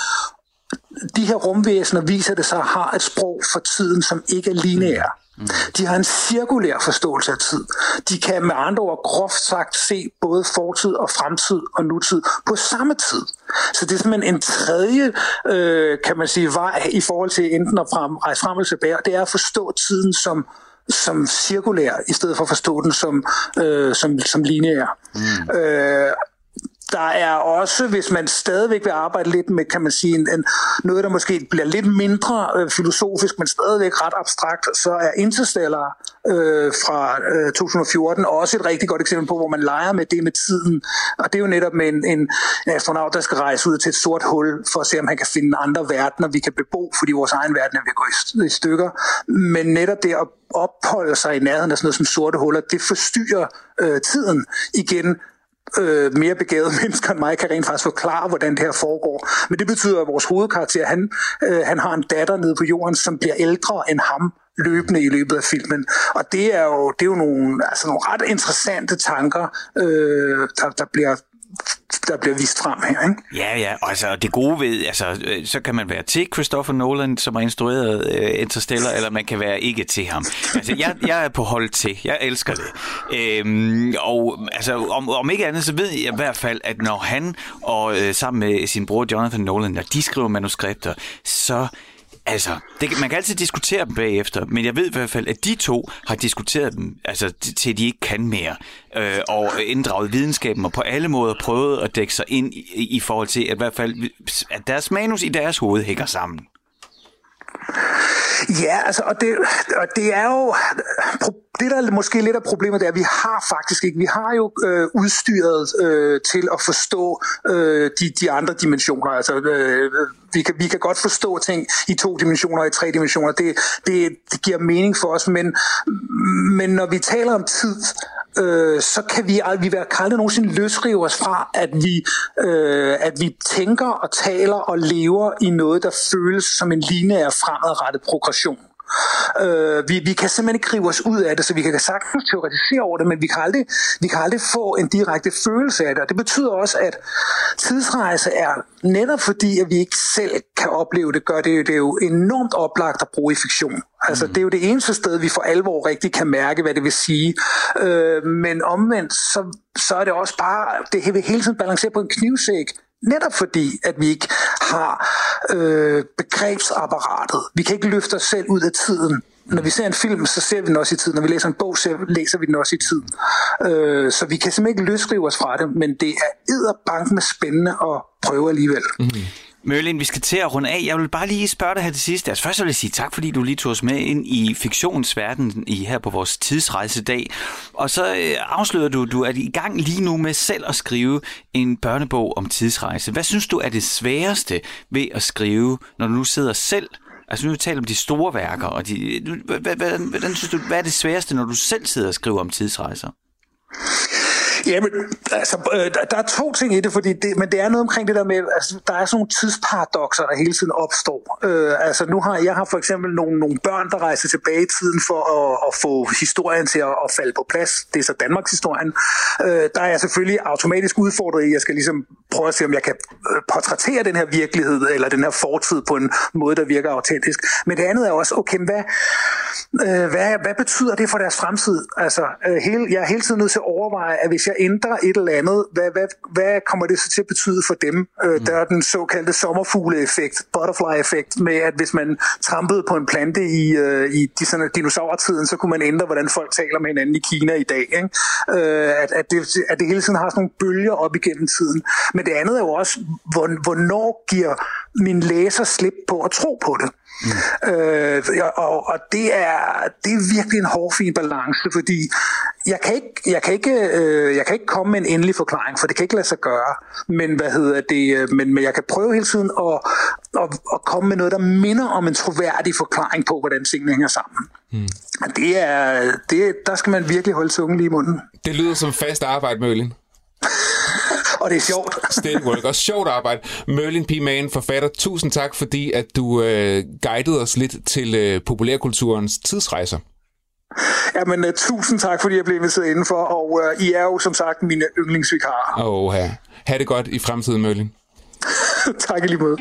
de her rumvæsener viser det sig har et sprog for tiden, som ikke er lineær. Mm. De har en cirkulær forståelse af tid. De kan med andre ord groft sagt se både fortid og fremtid og nutid på samme tid. Så det er simpelthen en tredje, øh, kan man sige, vej i forhold til enten at frem, rejse frem og tilbage. Det er at forstå tiden som som cirkulær, i stedet for at forstå den som, øh, som, som lineær. Mm. Øh, Der er også, hvis man stadigvæk vil arbejde lidt med, kan man sige, en, en, noget, der måske bliver lidt mindre øh, filosofisk, men stadigvæk ret abstrakt, så er Interstellar øh, fra øh, to tusind og fjorten også et rigtig godt eksempel på, hvor man leger med det med tiden. Og det er jo netop med en, en astronaut, der skal rejse ud til et sort hul, for at se, om han kan finde andre verdener, vi kan bebo, fordi vores egen verden er ved at gå i, i stykker. Men netop det at opholde sig i nærheden af sådan noget som sorte huller, det forstyrrer øh, tiden igen. Øh, mere begavede mennesker end mig kan rent faktisk forklare, hvordan det her foregår. Men det betyder, at vores hovedkarakter, han, øh, han har en datter nede på jorden, som bliver ældre end ham løbende i løbet af filmen. Og det er jo, det er jo nogle, altså nogle ret interessante tanker, øh, der, der bliver der bliver vist frem her, ikke? Ja, ja, altså det gode ved, altså så kan man være til Christopher Nolan, som har instrueret uh, Interstellar, eller man kan være ikke til ham. Altså jeg, jeg er på hold til, jeg elsker det. Øhm, og altså om, om ikke andet, så ved jeg i hvert fald, at når han og uh, sammen med sin bror Jonathan Nolan, når de skriver manuskripter, så altså, det, man kan altid diskutere dem bagefter, men jeg ved i hvert fald, at de to har diskuteret dem, altså til de ikke kan mere, øh, og inddraget videnskaben, og på alle måder prøvet at dække sig ind i, i forhold til, at i hvert fald, at deres manus i deres hoved hænger sammen. Ja, altså, og det, og det er jo, det der er måske lidt af problemet, det er, at vi har faktisk ikke, vi har jo øh, udstyret øh, til at forstå øh, de, de andre dimensioner, altså øh, vi, kan, vi kan godt forstå ting i to dimensioner og i tre dimensioner, det, det, det giver mening for os, men, men når vi taler om tid, øh, så kan vi, vi kan aldrig nogensinde løsrive os fra, at vi, øh, at vi tænker og taler og lever i noget, der føles som en lineær fremadrettet progression. Øh, vi, vi kan simpelthen ikke rive os ud af det, så vi kan sagtens teoretisere over det, men vi kan aldrig, vi kan aldrig få en direkte følelse af det. Og det betyder også, at tidsrejse er netop fordi, at vi ikke selv kan opleve det, gør det, det er jo enormt oplagt at bruge i fiktion. Altså, mm. det er jo det eneste sted, vi for alvor rigtig kan mærke, hvad det vil sige. Øh, men omvendt, så, så er det også bare, det vil hele tiden balancere på en knivsæg. Netop fordi, at vi ikke har øh, begrebsapparatet. Vi kan ikke løfte os selv ud af tiden. Når vi ser en film, så ser vi den også i tid. Når vi læser en bog, så læser vi den også i tid. Øh, så vi kan simpelthen ikke løsrive os fra det, men det er edderbank med spændende at prøve alligevel. Mm-hmm. Merlin, vi skal til at runde af. Jeg vil bare lige spørge dig her til sidst. Altså først vil jeg sige tak, fordi du lige tog os med ind i fiktionsverdenen i, her på vores tidsrejsedag. Og så øh, afslører du, du er i gang lige nu med selv at skrive en børnebog om tidsrejse. Hvad synes du er det sværeste ved at skrive, når du nu sidder selv? Altså nu taler om de store værker. Og de, hvordan synes du, hvad er det sværeste, når du selv sidder og skriver om tidsrejser? Jamen, altså, øh, der er to ting i det, fordi det, men det er noget omkring det der med, altså, der er sådan nogle tidsparadoxer, der hele tiden opstår. Øh, altså, nu har jeg har for eksempel nogle, nogle børn, der rejser tilbage i tiden for at, at få historien til at, at falde på plads. Det er så Danmarks historien. Øh, der er jeg selvfølgelig automatisk udfordret i, jeg skal ligesom prøve at se, om jeg kan portrættere den her virkelighed, eller den her fortid på en måde, der virker autentisk. Men det andet er også, okay, hvad, øh, hvad, hvad betyder det for deres fremtid? Altså, øh, hele, jeg er hele tiden nødt til at overveje, at hvis jeg ændrer et eller andet, hvad, hvad, hvad kommer det så til at betyde for dem? Øh, mm. Der er den såkaldte sommerfugle-effekt, butterfly-effekt, med at hvis man trampede på en plante i, øh, i de, sådan, dinosaurtiden, så kunne man ændre, hvordan folk taler med hinanden i Kina i dag. Ikke? Øh, at, at, det, at det hele tiden har sådan nogle bølger op igennem tiden. Men det andet er jo også, hvornår giver min læser slip på at tro på det? Mm. Øh, og, og det er det er virkelig en hårfin balance, fordi jeg kan ikke jeg kan ikke øh, jeg kan ikke komme med en endelig forklaring, for det kan ikke lade sig gøre. Men hvad hedder det? Men, men jeg kan prøve hele tiden at, at, at komme med noget, der minder om en troværdig forklaring på, hvordan tingene hænger sammen. Mm. Det er det der skal man virkelig holde tungen lige i munden. Det lyder som fast arbejde, Merlin. Og det er sjovt. Stenwork. Og sjovt arbejde. Merlin P. Mann, forfatter, tusind tak, fordi at du øh, guidede os lidt til øh, populærkulturens tidsrejser. Jamen, uh, tusind tak, fordi jeg blev inviteret indenfor, og uh, I er jo som sagt mine yndlingsvikarer. Åh, oh, ja. Ha' det godt i fremtiden, Merlin. Tak i lige måde.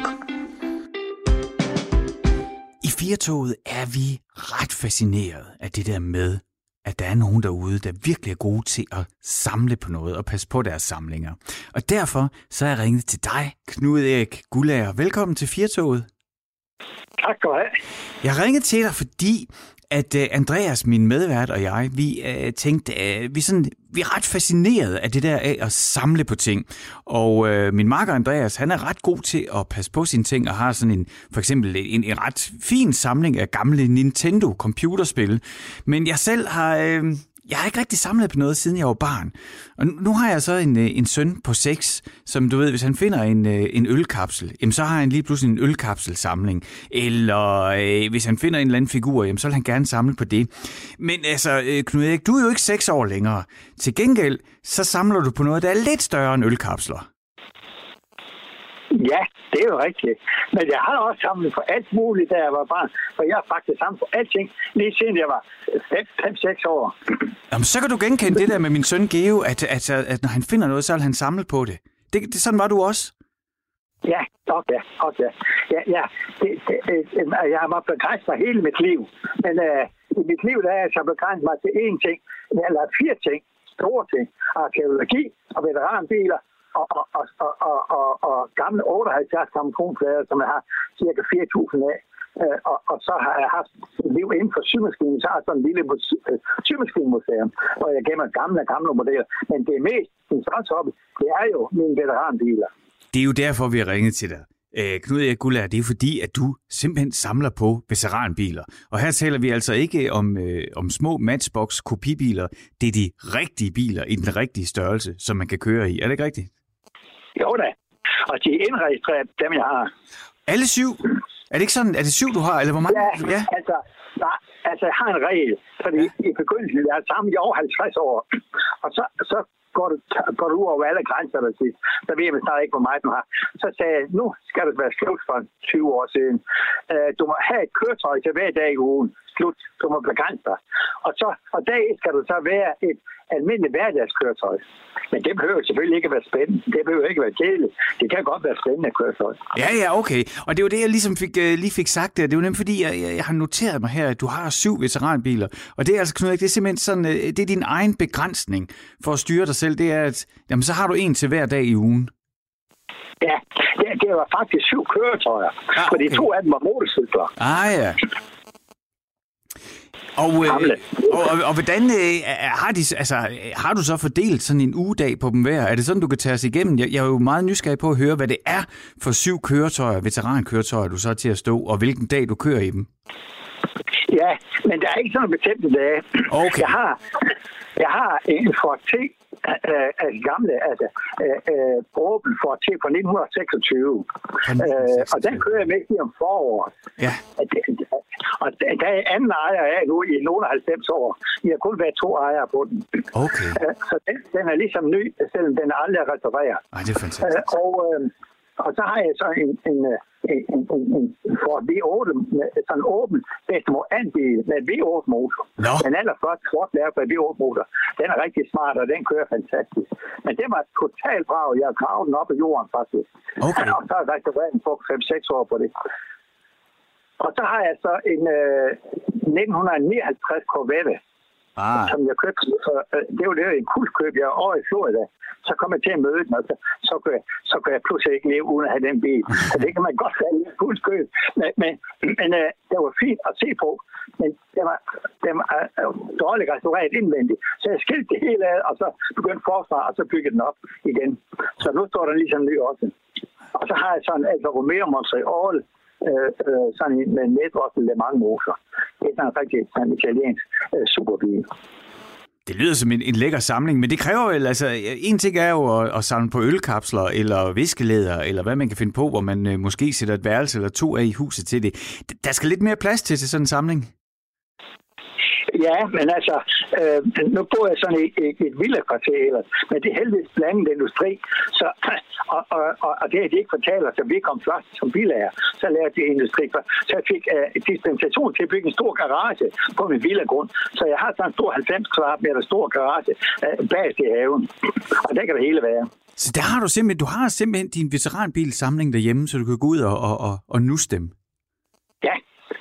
I Firtoget er vi ret fascineret af det der med, at der er nogen derude, der virkelig er gode til at samle på noget og passe på deres samlinger. Og derfor så er jeg ringet til dig, Knud Erik Guldager. Velkommen til Firtoget. Tak skal du have. Jeg ringede til dig, fordi at uh, Andreas, min medvært, og jeg, vi uh, tænkte, uh, vi, sådan, vi er ret fascineret af det der af at samle på ting. Og uh, min makker Andreas, han er ret god til at passe på sine ting, og har sådan en, for eksempel en, en ret fin samling af gamle Nintendo computerspil. Men jeg selv har... Uh, Jeg har ikke rigtig samlet på noget, siden jeg var barn. Og nu har jeg så en, en søn på seks, som du ved, hvis han finder en, en ølkapsel, jamen så har han lige pludselig en ølkapselsamling. Eller øh, hvis han finder en eller anden figur, jamen så vil han gerne samle på det. Men altså, Knud Erik, du er jo ikke seks år længere. Til gengæld, så samler du på noget, der er lidt større end ølkapsler. Ja, det er jo rigtigt. Men jeg har også samlet på alt muligt, da jeg var barn. For jeg har faktisk samlet på alting, lige siden jeg var fem seks år. Jamen, så kan du genkende det der med min søn Geo, at, at, at når han finder noget, så vil han samle på det. Det, det sådan var du også? Ja, okay, okay. Ja, ja. Det, det, det, jeg har været begrænset mig hele mit liv. Men uh, i mit liv, der er jeg så begrænset mig til én ting. Eller fire ting. Store ting. Arkæologi og veteranbiler. Og, og, og, og, og, og gamle otteoghalvfjerds grammofonplader, som jeg har cirka fire tusind af. Øh, og, og så har jeg haft et liv inden for symaskinen, så har jeg sådan en lille symaskinemuseum, hvor jeg gemmer gamle og gamle modeller. Men det mest interessante hobby, det er jo mine veteranbiler. Det er jo derfor, vi har ringet til dig. Øh, Knud Erik Guldager, det er fordi, at du simpelthen samler på veteranbiler. Og her taler vi altså ikke om, øh, om små Matchbox-kopibiler. Det er de rigtige biler i den rigtige størrelse, som man kan køre i. Er det ikke rigtigt? Jo da. Og de er indregistreret, dem jeg har. Alle syv? Er det ikke sådan? Er det syv, du har? Eller hvor mange? Ja, ja. Altså, nej, altså jeg har en regel. Fordi ja. I begyndelsen, jeg er sammen i over halvtreds år. Og så, så går, du, går du ud over alle grænser, der siger. Så ved jeg snart ikke, hvor meget du har. Så sagde jeg, nu skal det være slut for tyve år siden. Uh, du må have et køretøj til hver dag i ugen. Slut. Du må begrænse dig. Og, så, og dag skal du så være et almindeligt hverdagskøretøj. Men det behøver selvfølgelig ikke at være spændende. Det behøver ikke at være kedeligt. Det kan godt være spændende køretøj. Ja, ja, okay. Og det var det, jeg ligesom fik, uh, lige fik sagt der. Det var nemlig fordi, jeg, jeg, jeg har noteret mig her, at du har syv veteranbiler. Og det er altså, Knud Erik, det er simpelthen sådan, uh, det er din egen begrænsning for at styre dig selv. Det er, at jamen, så har du en til hver dag i ugen. Ja, det, det var faktisk syv køretøjer. Ah, okay. Fordi to af dem var motorcykler. Ah, ja. Og, øh, og, og, og hvordan øh, har, de, altså, har du så fordelt sådan en ugedag på dem hver? Er det sådan, du kan tage os igennem? Jeg, jeg er jo meget nysgerrig på at høre, hvad det er for syv køretøjer, veterankøretøjer, du så er til at stå, og hvilken dag du kører i dem. Ja, men der er ikke sådan nogle bestemte dage. Okay. Jeg har, jeg har en Ford T af, af gamle, altså øh, Opel Forte fra nitten seksogtyve. Øh, og den kører jeg med i om foråret. Ja. Og der er anden ejer af nu i nogle af halvfems år. I har kun været to ejere på den. Okay. Øh, så den, den er ligesom ny, selvom den aldrig er restaureret. Ej, det er fantastisk. Øh, og, øh, og så har jeg så en, en, en, en, en, en Ford V otte, med sådan en åben bedstemor andbil med en V otte motor. No. Den allerførste Ford lavet på en V otte motor. Den er rigtig smart, og den kører fantastisk. Men det var totalt brav. Jeg har gravet den op i jorden faktisk. Okay. Og så har jeg restaureret den på fem seks år på det. Og så har jeg så en øh, nitten nioghalvtreds Corvette. Ah. Som jeg købte, så, øh, det var det en kuldkøb, jeg over i Florida. Så kom jeg til at møde den, og så, så, kunne jeg, så kunne jeg pludselig ikke leve uden at have den bil. Så det kan man godt kalde en kuldkøb. Men, men, men øh, det var fint at se på, men det var, det var øh, dårligt restaureret indvendigt. Så jeg skilte det hele af, og så begyndte forfra, og så byggede den op igen. Så nu står den ligesom ny også. Og så har jeg sådan en Alfa Romeo Montreal, Øh, øh, sådan en med en neddrosset Le Mans motor. Det er sådan en rigtig sådan en italiensk øh, superbil. Det lyder som en, en lækker samling, men det kræver vel, altså, en ting er jo at, at samle på ølkapsler, eller viskelæder, eller hvad man kan finde på, hvor man øh, måske sætter et værelse eller to af i huset til det. Der skal lidt mere plads til til sådan en samling. Ja, men altså, øh, nu bor jeg sådan i et, et villakvarter ellers, men det er heldigvis blandet industri, så, og, og, og, og det er de ikke fortæller, så vi kom først som bilager, så lærte de industri, så jeg fik øh, dispensation til at bygge en stor garage på min villagrund, så jeg har sådan en stor halvfems kvadratmeter stor garage øh, bag til haven, og der kan det hele være. Så der har du simpelthen, du har simpelthen din veteranbilsamling derhjemme, så du kan gå ud og, og, og, og nusse dem? Ja.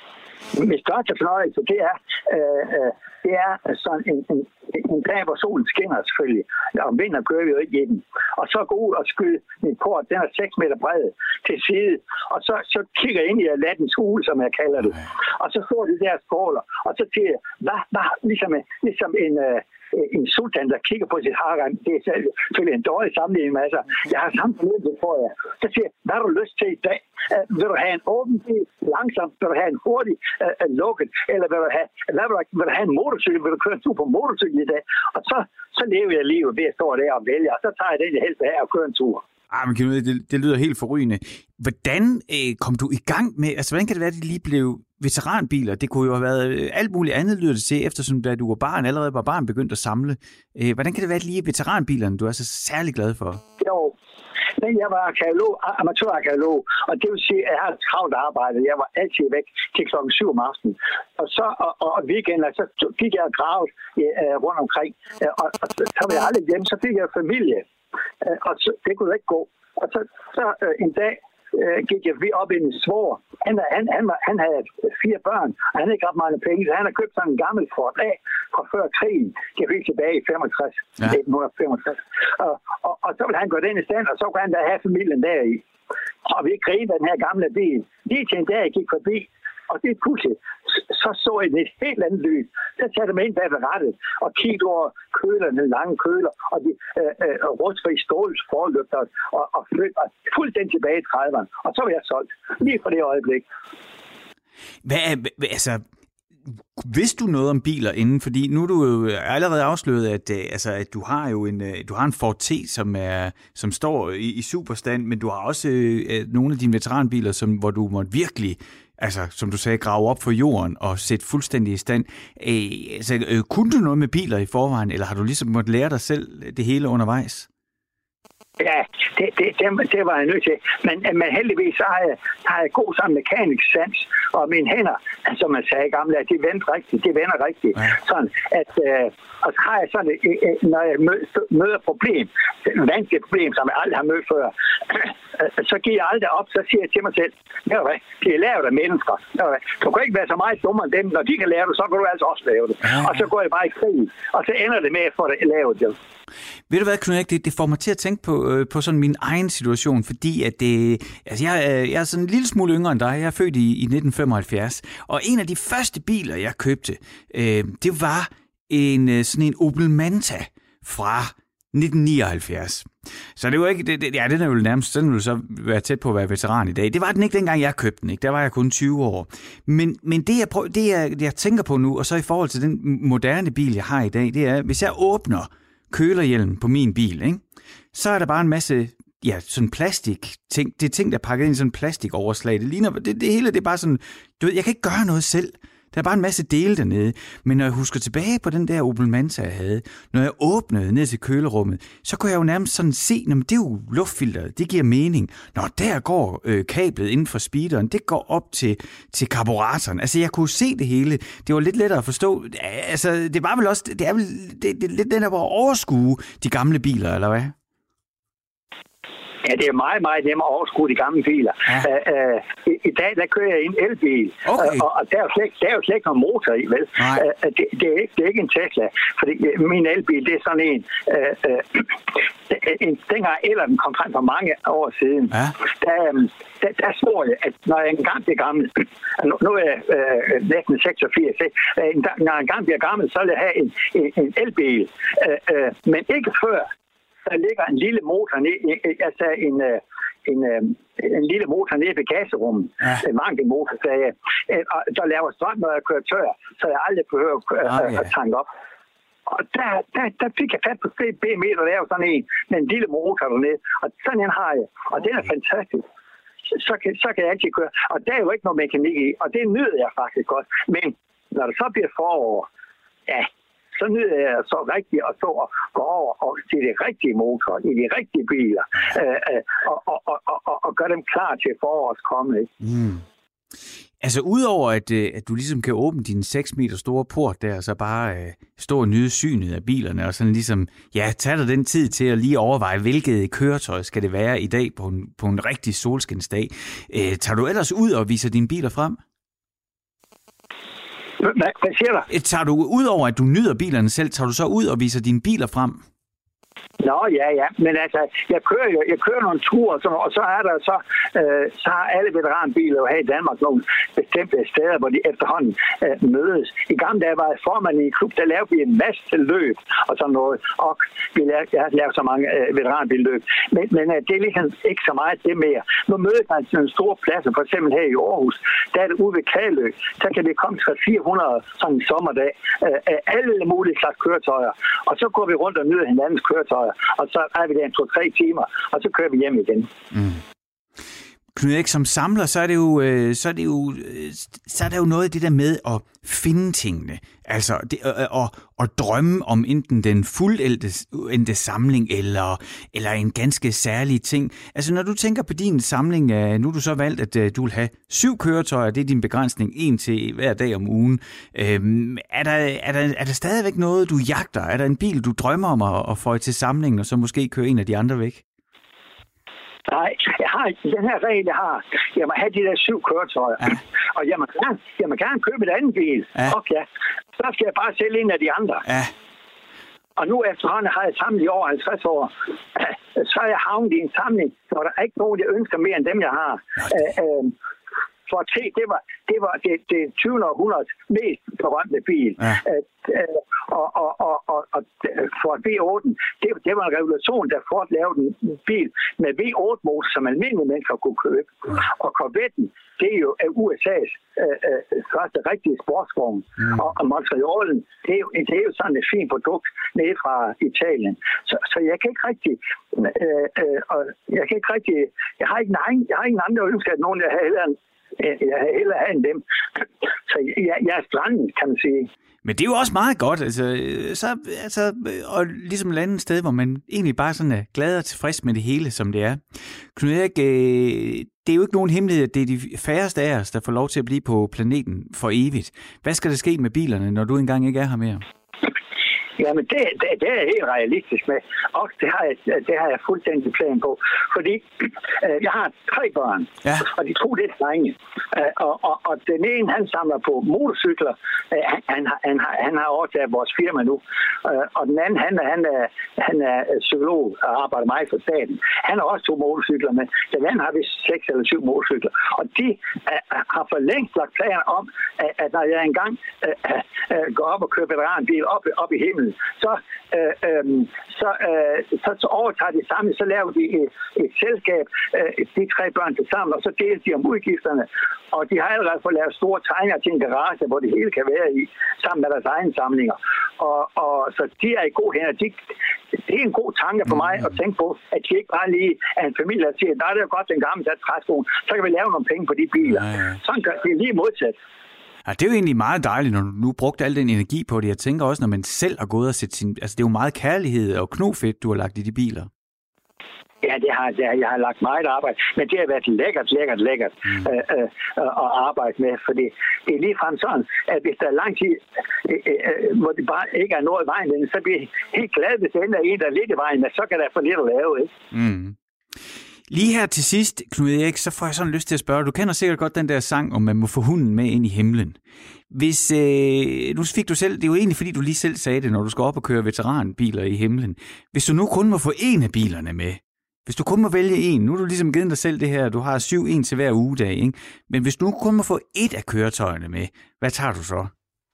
Min største fornøjelse, det er, øh, øh, det er sådan en, en, en dag, hvor solen skinner selvfølgelig. Om vinteren kører vi jo ikke i den. Og så gå ud og skyde min port, den er seks meter bred til side. Og så, så kigger jeg ind i Aladdins hule, som jeg kalder det. Og så får de der skåler. Og så siger jeg, hvad, hvad, ligesom, ligesom en... Øh, en sultan, der kigger på sit harem, det er selvfølgelig en dårlig sammenligning med, altså, jeg har samme fornøjelse for jer. Så siger jeg, hvad har du lyst til i dag? Uh, vil du have en åben bil, langsomt? Vil du have en hurtig uh, uh, lukket? Eller vil du have, hvad vil, du, vil du have en motorcykel? Vil du køre en tur på motorcykel i dag? Og så, så lever jeg livet ved at stå der og vælge, og så tager jeg den, jeg helst vil have og køre en tur. Ah, men det, det lyder helt forrygende. Hvordan øh, kom du i gang med, altså hvordan kan det være, at de lige blev veteranbiler? Det kunne jo have været øh, alt muligt andet, lyder det til, eftersom da du var barn, allerede var barn begyndt at samle. Øh, hvordan kan det være, at lige veteranbilerne, du er så særlig glad for? Jo, men jeg var arkeolog, amatørarkeolog, og det vil sige, at jeg har et travlt arbejde. Jeg var altid væk til klokken syv om aftenen. Og så og, og weekender, så gik jeg og gravet uh, rundt omkring. Uh, og, og så var jeg aldrig hjemme, så fik jeg familie. Uh, og så, det kunne ikke gå. Og så, så uh, en dag uh, gik jeg op i en svor. Han, han, han, han havde fire børn, og han havde ikke ret mange penge, så han havde købt sådan en gammel Ford A fra før krigen. Det er helt tilbage i femogtres, ja. nitten femogtres. Og, og, og så ville han gå den i stand, og så kunne han da have familien der i. Og vi grinte den her gamle bil. Lige til en dag, jeg gik forbi, og det er pludselig, så så jeg et helt andet lys. Så satte jeg mig ind bag ved rattet og kiggede over kølerne, lange køler, og de øh, øh, rustfri ståls forlygter, og, og flyttede fuldstændig tilbage i trediverne. Og så var jeg solgt, lige fra det øjeblik. Hvad er, altså, vidste du noget om biler inden? Fordi nu er du jo allerede afsløret, at, altså, at du har jo en, du har en Ford T, som, er, som står i, i superstand, men du har også øh, nogle af dine veteranbiler, som, hvor du måtte virkelig, altså, som du sagde, grave op for jorden og sætte fuldstændig i stand. Øh, altså, øh, kunne du noget med biler i forvejen, eller har du ligesom måtte lære dig selv det hele undervejs? Ja, det, det, det, det var jeg nødt til. Men, men heldigvis så har jeg, har jeg god sammen mekanisk sans, og mine hænder, som man sagde i gamle dage, de vender rigtigt, de vender rigtigt. Ja. Sådan, at, øh, og så har jeg sådan, øh, når jeg møder problem, et vanskeligt problem, som jeg aldrig har mødt før, så giver jeg aldrig op, så siger jeg til mig selv, de er lavet af mennesker. Du kan ikke være så meget dummere end dem, når de kan lave det, så kan du altså også lave det. Ja. Og så går jeg bare i krig, og så ender det med at få det lavet. Ja. Ved du hvad, Knud Erik, det, det får mig til at tænke på, øh, på sådan min egen situation, fordi at det, altså jeg, jeg er sådan en lille smule yngre end dig. Jeg er født i, i nitten femoghalvfjerds, og en af de første biler, jeg købte, øh, det var en sådan en Opel Manta fra nitten nioghalvfjerds. Så det var ikke, det, ja, den er jo nærmest, den ville så være tæt på at være veteran i dag. Det var den ikke dengang, jeg købte den, ikke? Der var jeg kun tyve år. Men, men det, jeg prøver, det jeg, jeg tænker på nu, og så i forhold til den moderne bil, jeg har i dag, det er, hvis jeg åbner kølerhjelm på min bil, ikke? Så er der bare en masse, ja, sådan plastik ting. Det er ting, der er pakket ind i sådan en plastikoverslag. Det ligner, det, det hele det er bare sådan, du ved, jeg kan ikke gøre noget selv. Der er bare en masse dele dernede. Men når jeg husker tilbage på den der Opel Manta, jeg havde, når jeg åbnede ned til kølerummet, så kunne jeg jo nærmest sådan se, at det er jo luftfilteret, det giver mening. Når der går øh, kablet inden for speederen, det går op til, til karburatoren. Altså, jeg kunne se det hele. Det var lidt lettere at forstå. Altså, det var vel også, det er vel det, det, lidt den der var at overskue de gamle biler, eller hvad? Ja, det er meget, meget nemmere at overskue de gamle biler. Ja. Uh, uh, i, I dag, der kører jeg i en elbil, okay. uh, og, og der er jo slet, der er jo slet ikke nogen motor i, vel? Uh, det, det, er ikke, det er ikke en Tesla, fordi min elbil, det er sådan en... Uh, uh, en dengang eller den kom frem for mange år siden, ja. der, der, der så jeg, at når jeg engang bliver gammel, nu, nu er jeg uh, næsten seksogfirs, uh, når jeg engang bliver gammel, så vil jeg have en, en, en elbil, uh, uh, men ikke før der ligger en lille motor ned, altså en, en, en lille motor nede i bagagerummet. Ja. En mangelmotor, sagde jeg. Og der laver strøm, når jeg kører tør, så jeg aldrig behøver okay. at tanke op. Og der, der, der fik jeg fat på tre B meter, der laver sådan en med en lille motor dernede. Og sådan en har jeg. Og den er fantastisk. Så kan, så kan jeg altid køre. Og der er jo ikke noget mekanik i, og det nyder jeg faktisk godt. Men når det så bliver forår, ja, så nyder jeg så rigtigt at stå og gå over og se de rigtige motorer i de rigtige biler, øh, øh, og, og, og, og, og gøre dem klar til forårets komme. Mm. Altså udover at, at du ligesom kan åbne din seks meter store port der, og så bare øh, stå og nyde synet af bilerne, og sådan ligesom, ja, tage dig den tid til at lige overveje, hvilket køretøj skal det være i dag på en, på en rigtig solskinsdag. Øh, tager du ellers ud og viser dine biler frem? Hvad, hvad siger du? Tager du ud over, at du nyder bilerne selv, tager du så ud og viser dine biler frem? Nå, ja, ja. Men altså, jeg kører jo, jeg kører nogle ture, og så, og så er der så, øh, så har alle veteranbiler jo her i Danmark nogle bestemte steder, hvor de efterhånden øh, mødes. I gamle dage var jeg formand i en klub, der lavede vi en masse løb og sådan noget, og vi lavede, jeg har lavet så mange øh, veteranbilløb. Men, men øh, det er ligesom ikke så meget det mere. Nu mødes man til en stor plads, for eksempel her i Aarhus, der er det ude ved Kalø, så kan vi komme til fire hundrede sådan en sommerdag, øh, alle mulige slags køretøjer, og så går vi rundt og nyder hinandens køretøjer. Og så er vi der en to-tre timer, og så kører vi hjem igen. Mm. Knud Erik, som samler, så er det jo, så er det jo, så er der jo noget af det der med at finde tingene. Altså, det, og, og drømme om enten den fuldendte samling, eller, eller en ganske særlig ting. Altså, når du tænker på din samling, nu har du så valgt, at du vil have syv køretøjer, det er din begrænsning, en til hver dag om ugen. Øhm, er, der, er, der, er der stadigvæk noget, du jagter? Er der en bil, du drømmer om at, at få til samlingen, og så måske køre en af de andre væk? Nej, jeg har den her regel, jeg har. Jeg må have de der syv køretøjer. Ja. Og jeg må, gerne, jeg må gerne købe en anden bil. Ja. Okay, ja. Så skal jeg bare sælge en af de andre. Ja. Og nu efterhånden har jeg samlet i over halvtreds år. Så er jeg havnet i en samling, hvor der er ikke nogen, jeg ønsker mere end dem, jeg har. Ja. Øh, øh, for at se, det var det, var det, det tyvende århundredes mest berømte bil. Ja. Øh, øh, og, og, og, og, og for V otte, det, det var en revolution, der Ford lavede en bil med V otte-motor, som almindelige mennesker kunne købe. Mm. Og Corvetten, det er jo U S A's øh, øh, første rigtige sportsvogn. Mm. Og, og Montrealen, det er, jo, det er jo sådan et fint produkt nede fra Italien. Så, så jeg kan ikke rigtig, øh, øh, og jeg kan ikke rigtig, jeg har ikke, nej, jeg har ingen andre ønsker, at nogen, jeg har hellere Jeg har hellere have end dem. Så jeg, jeg er strandet, kan man sige. Men det er jo også meget godt, altså, så, altså, og ligesom et andet sted, hvor man egentlig bare sådan er glad og tilfreds med det hele, som det er. Knud Erik, det er jo ikke nogen hemmelighed, at det er de færreste af os, der får lov til at blive på planeten for evigt. Hvad skal der ske med bilerne, når du engang ikke er her mere? Jamen, det, det, det er jeg helt realistisk med. Og det har jeg, det har jeg fuldstændig plan på. Fordi øh, jeg har tre børn, ja. Og de to det er drenge. Øh, og, og, og den ene, han samler på motorcykler. Øh, han, han, han, har, han har overtaget vores firma nu. Øh, og den anden, han, han, er, han er psykolog og arbejder meget for staten. Han har også to motorcykler, men den anden har vist seks eller syv motorcykler. Og de øh, har for længst lagt planer om, at, at når jeg engang øh, øh, går op og køber veteranbil op, op i himlen, Så, øh, øh, så, øh, så, så overtager de sammen, så laver de et, et selskab, øh, de tre børn til sammen, og så deler de om udgifterne. Og de har allerede fået lavet store tegninger til en garage, hvor det hele kan være i, sammen med deres egne samlinger. Og, og så de er i god hænder. De, det er en god tanke for mig at tænke på, at de ikke bare lige er en familie, der siger, der er det jo godt den gamle sat træskoen, så kan vi lave nogle penge på de biler. Ja, ja. Sådan gør det lige modsat. Ja, det er jo egentlig meget dejligt, når du nu brugte al den energi på det. Jeg tænker også, når man selv har gået og set sin... Altså, det er jo meget kærlighed og knofedt, du har lagt i de biler. Ja, det har, det har, jeg har lagt meget arbejde, men det har været lækkert, lækkert, lækkert mm. øh, øh, at arbejde med, fordi det er ligefrem sådan, at hvis der er lang tid, øh, øh, hvor det bare ikke er noget i vejen, så bliver jeg helt glad, hvis det ender en, der er lidt i vejen, men så kan der få lidt at lave, ikke? Mm. Lige her til sidst, Knud Erik, så får jeg sådan lyst til at spørge, du kender sikkert godt den der sang, om man må få hunden med ind i himlen. Hvis, øh, nu fik du selv, det er jo egentlig fordi, du lige selv sagde det, når du skal op og køre veteranbiler i himlen. Hvis du nu kun må få en af bilerne med, hvis du kun må vælge en, nu har du ligesom givet dig selv det her, du har syv en til hver ugedag, ikke? Men hvis du kun må få et af køretøjerne med, hvad tager du så?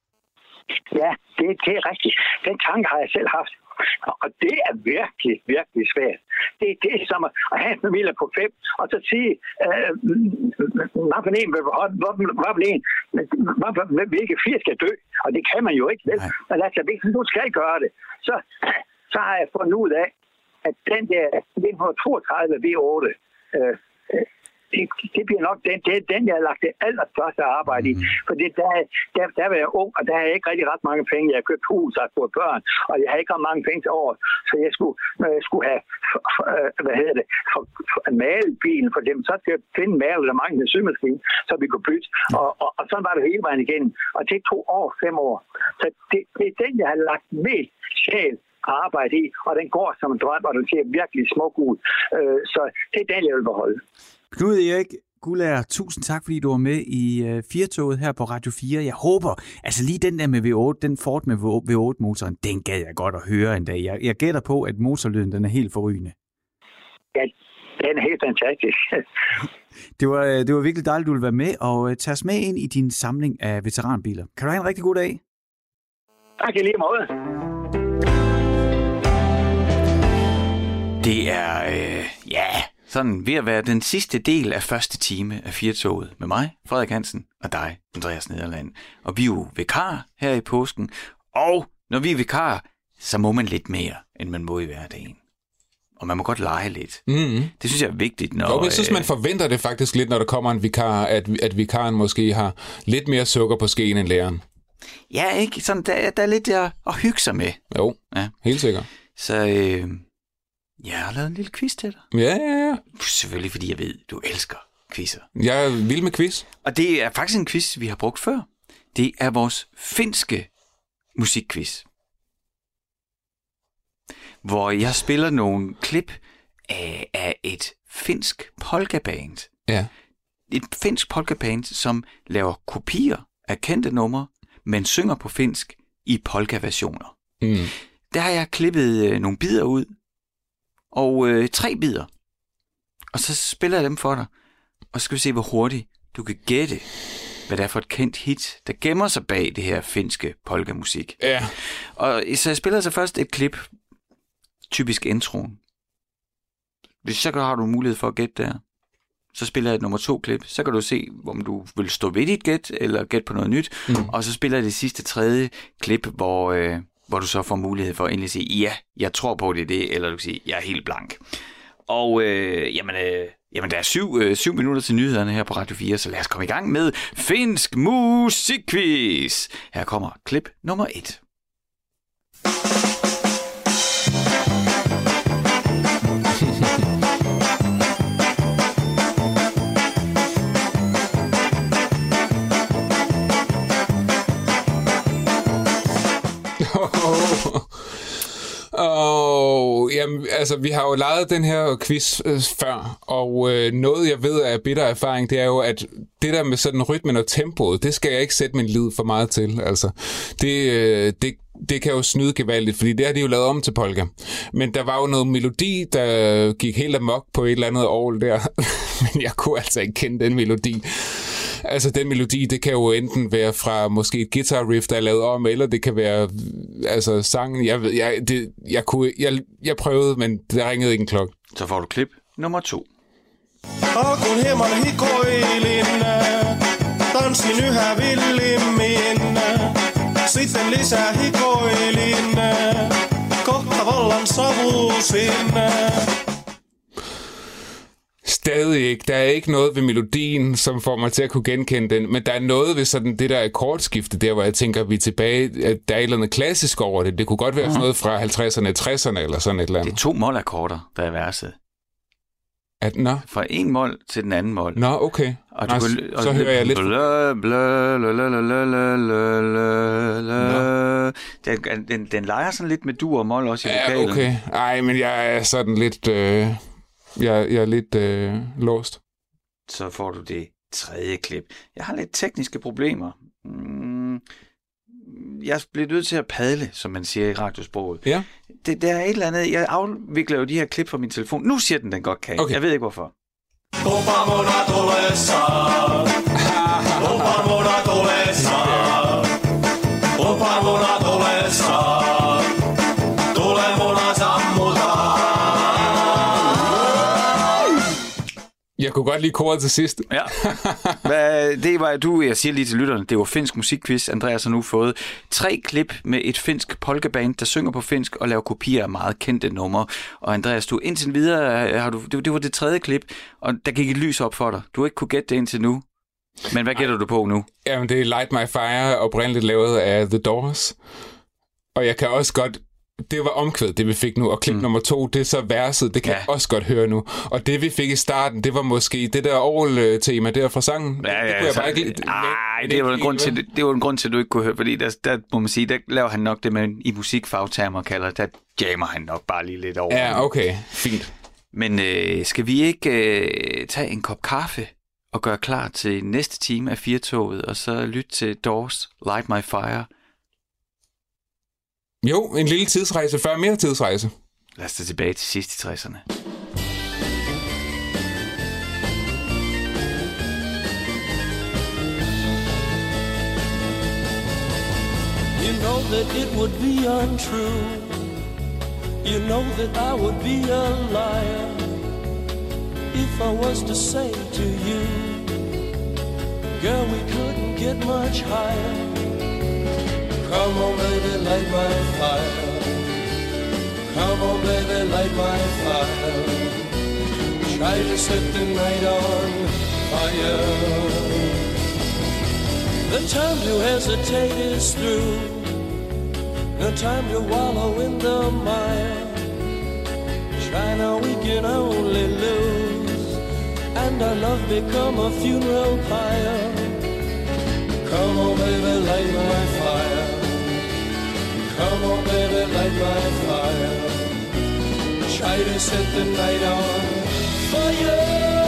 Ja, det, det er rigtigt. Den tanke har jeg selv haft. Og det er virkelig, virkelig svært. Det, det er som at have en familie på fem, og så sige, øh, hvad for en, hvad for en, hvilke fire skal dø. Og det kan man jo ikke, vel? Men altså, hvis du skal gøre det, så, så har jeg fundet ud af, at den der nitten toogtredive V otte, øh, det, det bliver nok den, det er den, jeg har lagt det allerstørste arbejde i. For det, der, der, der var jeg ung, og der har jeg ikke rigtig ret mange penge. Jeg har købt hus, og fået børn, og jeg har ikke ret mange penge til over. Så jeg skulle, når jeg skulle have, hvad hedder det, for, for, malet bilen for dem, så skal jeg finde malet, der mangler en symaskine, så vi kunne bytte. Og, og, og sådan var det hele vejen igen. Og det tog over fem år. Så det, det er den, jeg har lagt mest sjæl arbejde i, og den går som en drøm, og den ser virkelig smuk ud. Øh, så det er den, jeg vil beholde. Knud Erik Guldager, tusind tak, fordi du var med i uh, Firtoget her på Radio fire. Jeg håber, altså lige den der med V otte, den Ford med V otte-motoren, den gad jeg godt at høre en dag. Jeg, jeg gætter på, at motorlyden, den er helt forrygende. Ja, den er helt fantastisk. det, var, det var virkelig dejligt, du ville være med, og uh, tage os med ind i din samling af veteranbiler. Kan du have en rigtig god dag? Tak i lige måde. Det er, øh, ja, sådan ved at være den sidste del af første time af Firtoget med mig, Frederik Hansen, og dig, Andreas Nederland. Og vi er jo vikar her i påsken, og når vi er vikar, så må man lidt mere, end man må i hverdagen. Og man må godt lege lidt. Mm-hmm. Det synes jeg er vigtigt. Når, jo, jeg synes, man forventer det faktisk lidt, når der kommer en vikar, at, at vikaren måske har lidt mere sukker på skeen end læreren. Ja, ikke? Sådan, der, der er lidt der at hygge sig med. Jo, ja. Helt sikkert. Så... Øh, jeg har lavet en lille quiz til dig. Ja, ja, ja. Selvfølgelig, fordi jeg ved, du elsker quizzer. Jeg er vild med quiz. Og det er faktisk en quiz, vi har brugt før. Det er vores finske musikquiz. Hvor jeg spiller nogle klip af, af et finsk polkaband. Ja. Et finsk polkaband, som laver kopier af kendte numre, men synger på finsk i polka-versioner. Mm. Der har jeg klippet øh, nogle bidder ud, og øh, tre bidder. Og så spiller jeg dem for dig. Og så skal vi se, hvor hurtigt du kan gætte, hvad det er for et kendt hit, der gemmer sig bag det her finske polkamusik. Ja. Og så jeg spiller så først et klip, typisk introen. Hvis så har du mulighed for at gætte der. Så spiller jeg et nummer to klip. Så kan du se, om du vil stå ved dit gæt, eller gætte på noget nyt. Mm. Og så spiller jeg det sidste tredje klip, hvor... Øh, hvor du så får mulighed for at endelig sige, ja, jeg tror på det er det, eller du kan sige, jeg er helt blank. Og øh, jamen, øh, jamen, der er syv, øh, syv minutter til nyhederne her på Radio fire, så lad os komme i gang med finsk musikquiz. Her kommer klip nummer et. Og jamen, altså, vi har jo lejet den her quiz øh, før, og øh, noget jeg ved af bitter erfaring, det er jo, at det der med sådan rytmen og tempoet, det skal jeg ikke sætte min lid for meget til. Altså, det, øh, det, det kan jo snyde gevaldigt, fordi det har de jo lavet om til polka. Men der var jo noget melodi, der gik helt amok på et eller andet år der, men jeg kunne altså ikke kende den melodi. Altså, den melodi, det kan jo enten være fra måske et guitar riff, der er lavet om, eller det kan være altså sangen. Jeg ved, jeg, det, jeg, kunne, jeg, jeg prøvede, men der ringede ikke en klokke. Så får du klip nummer to. Alkuun hieman hikoilin, tanssin yhä villimmin, sitten lisää hikoilin, kohta vallan savusin. Stadig ikke. Der er ikke noget ved melodien, som får mig til at kunne genkende den, men der er noget ved sådan det der akkordskifte der, hvor jeg tænker, vi er tilbage, at der er et eller andet klassisk over det. Det kunne godt være sådan noget fra halvtredserne, tresserne eller sådan et eller andet. Det er to målakkorder, der er verset. At, nå. Fra en mål til den anden mål. Nå, okay. Og du nå, kan, og så hører jeg lidt... Bla, bla, bla, bla, bla, bla, bla. Den, den, den leger sådan lidt med dur og mål også i vokalen. Ja, okay. Ej, men jeg er sådan lidt... Øh... Jeg, jeg er lidt øh, låst. Så får du det tredje klip. Jeg har lidt tekniske problemer. Mm, jeg bliver nødt til at padle, som man siger i radiosproget. Ja. Det, der er et eller andet... Jeg afvikler jo de her klip fra min telefon. Nu siger den, den godt kan. Okay. Jeg ved ikke, hvorfor. Jeg kunne godt lide koret til sidst. Ja. Hvad, det var du, jeg siger lige til lytterne, det var finsk musikquiz. Andreas har nu fået tre klip med et finsk polkaband, der synger på finsk og laver kopier af meget kendte numre. Og Andreas, du indtil videre, har du, det, det var det tredje klip, og der gik et lys op for dig. Du har ikke kunne gætte det indtil nu. Men hvad gætter du på nu? Jamen, det er Light My Fire, oprindeligt lavet af The Doors. Og jeg kan også godt... Det var omkvæd, det vi fik nu, og klip mm. nummer to, det er så verset, det kan ja. jeg også godt høre nu. Og det vi fik i starten, det var måske det der orgel-tema der fra sangen. Ja, ja, det kunne jeg så, bare ikke... Nej, det var en grund til, det var en grund til, at du ikke kunne høre, fordi der, der må man sige, der laver han nok det, man i musikfagtermer kalder, der jammer han nok bare lige lidt over. Ja, okay, fint. Men øh, skal vi ikke øh, tage en kop kaffe og gøre klar til næste time af Firtoget, og så lytte til Doors, Light My Fire? Jo, en lille tidsrejse før mere tidsrejse. Lad os da tilbage til sidst i tresserne. You know that it would be untrue. You know that I would be a liar if I was to say to you, girl, we couldn't get much higher. Come on, baby, light my fire. Come on, baby, light my fire. Try to set the night on fire. The time to hesitate is through. No time to wallow in the mire. Try now, we can only lose, and our love become a funeral pyre. Come on, baby, light my fire. Come on, baby, light my fire. Try to set the night on fire.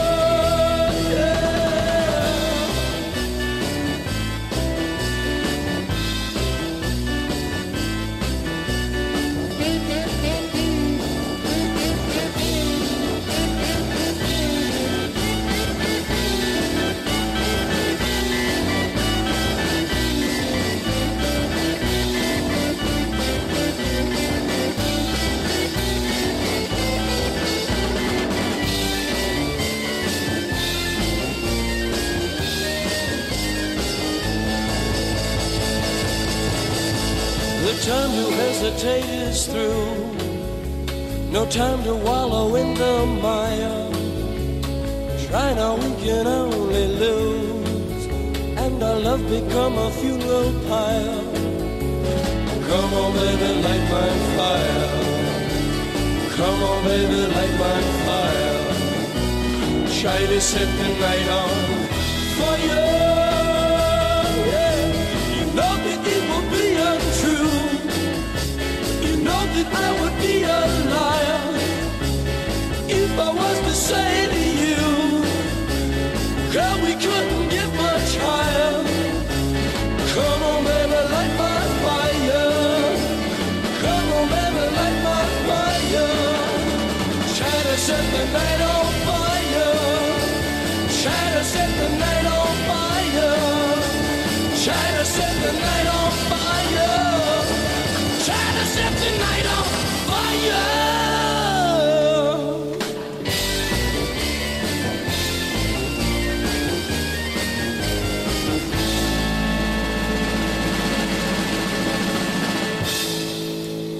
The time to hesitate is through. No time to wallow in the mire. Try now, we can only lose, and our love become a funeral pyre. Come on, baby, light my fire. Come on, baby, light my fire. Try to set the night on fire. You know that it will be untrue. You know that I would be a liar if I was to say to you, girl, we couldn't get much higher. Come on, baby, light my fire. Come on, baby, light my fire. Try to set the night on fire. Try to set the night on fire. Try to set the night on fire. Try to set the night on fire.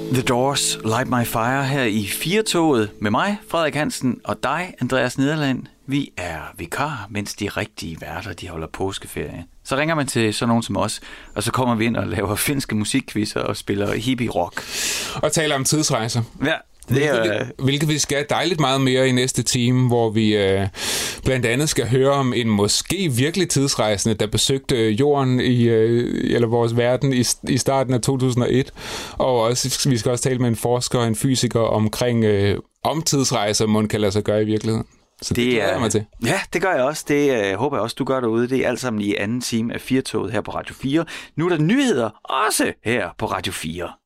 The Doors, Light My Fire her i Firtoget med mig, Frederik Hansen, og dig, Andreas Nederland. Vi er vikar, mens de rigtige værter, de holder påskeferie. Så ringer man til sådan nogen som os, og så kommer vi ind og laver finske musikquizzer og spiller hippie-rock. Og taler om tidsrejser. Ja. Det er, hvilket, hvilket vi skal dejligt meget mere i næste time, hvor vi øh, blandt andet skal høre om en måske virkelig tidsrejsende, der besøgte jorden i øh, eller vores verden i, i starten af to tusind og et. Og også, vi skal også tale med en forsker og en fysiker omkring øh, om tidsrejser, man kan lade sig gøre i virkeligheden. Så det, det glæder jeg mig til. Ja, det gør jeg også. Det øh, håber jeg også, du gør derude. Det er alt sammen i anden time af Firtoget her på Radio fire. Nu er der nyheder også her på Radio fire.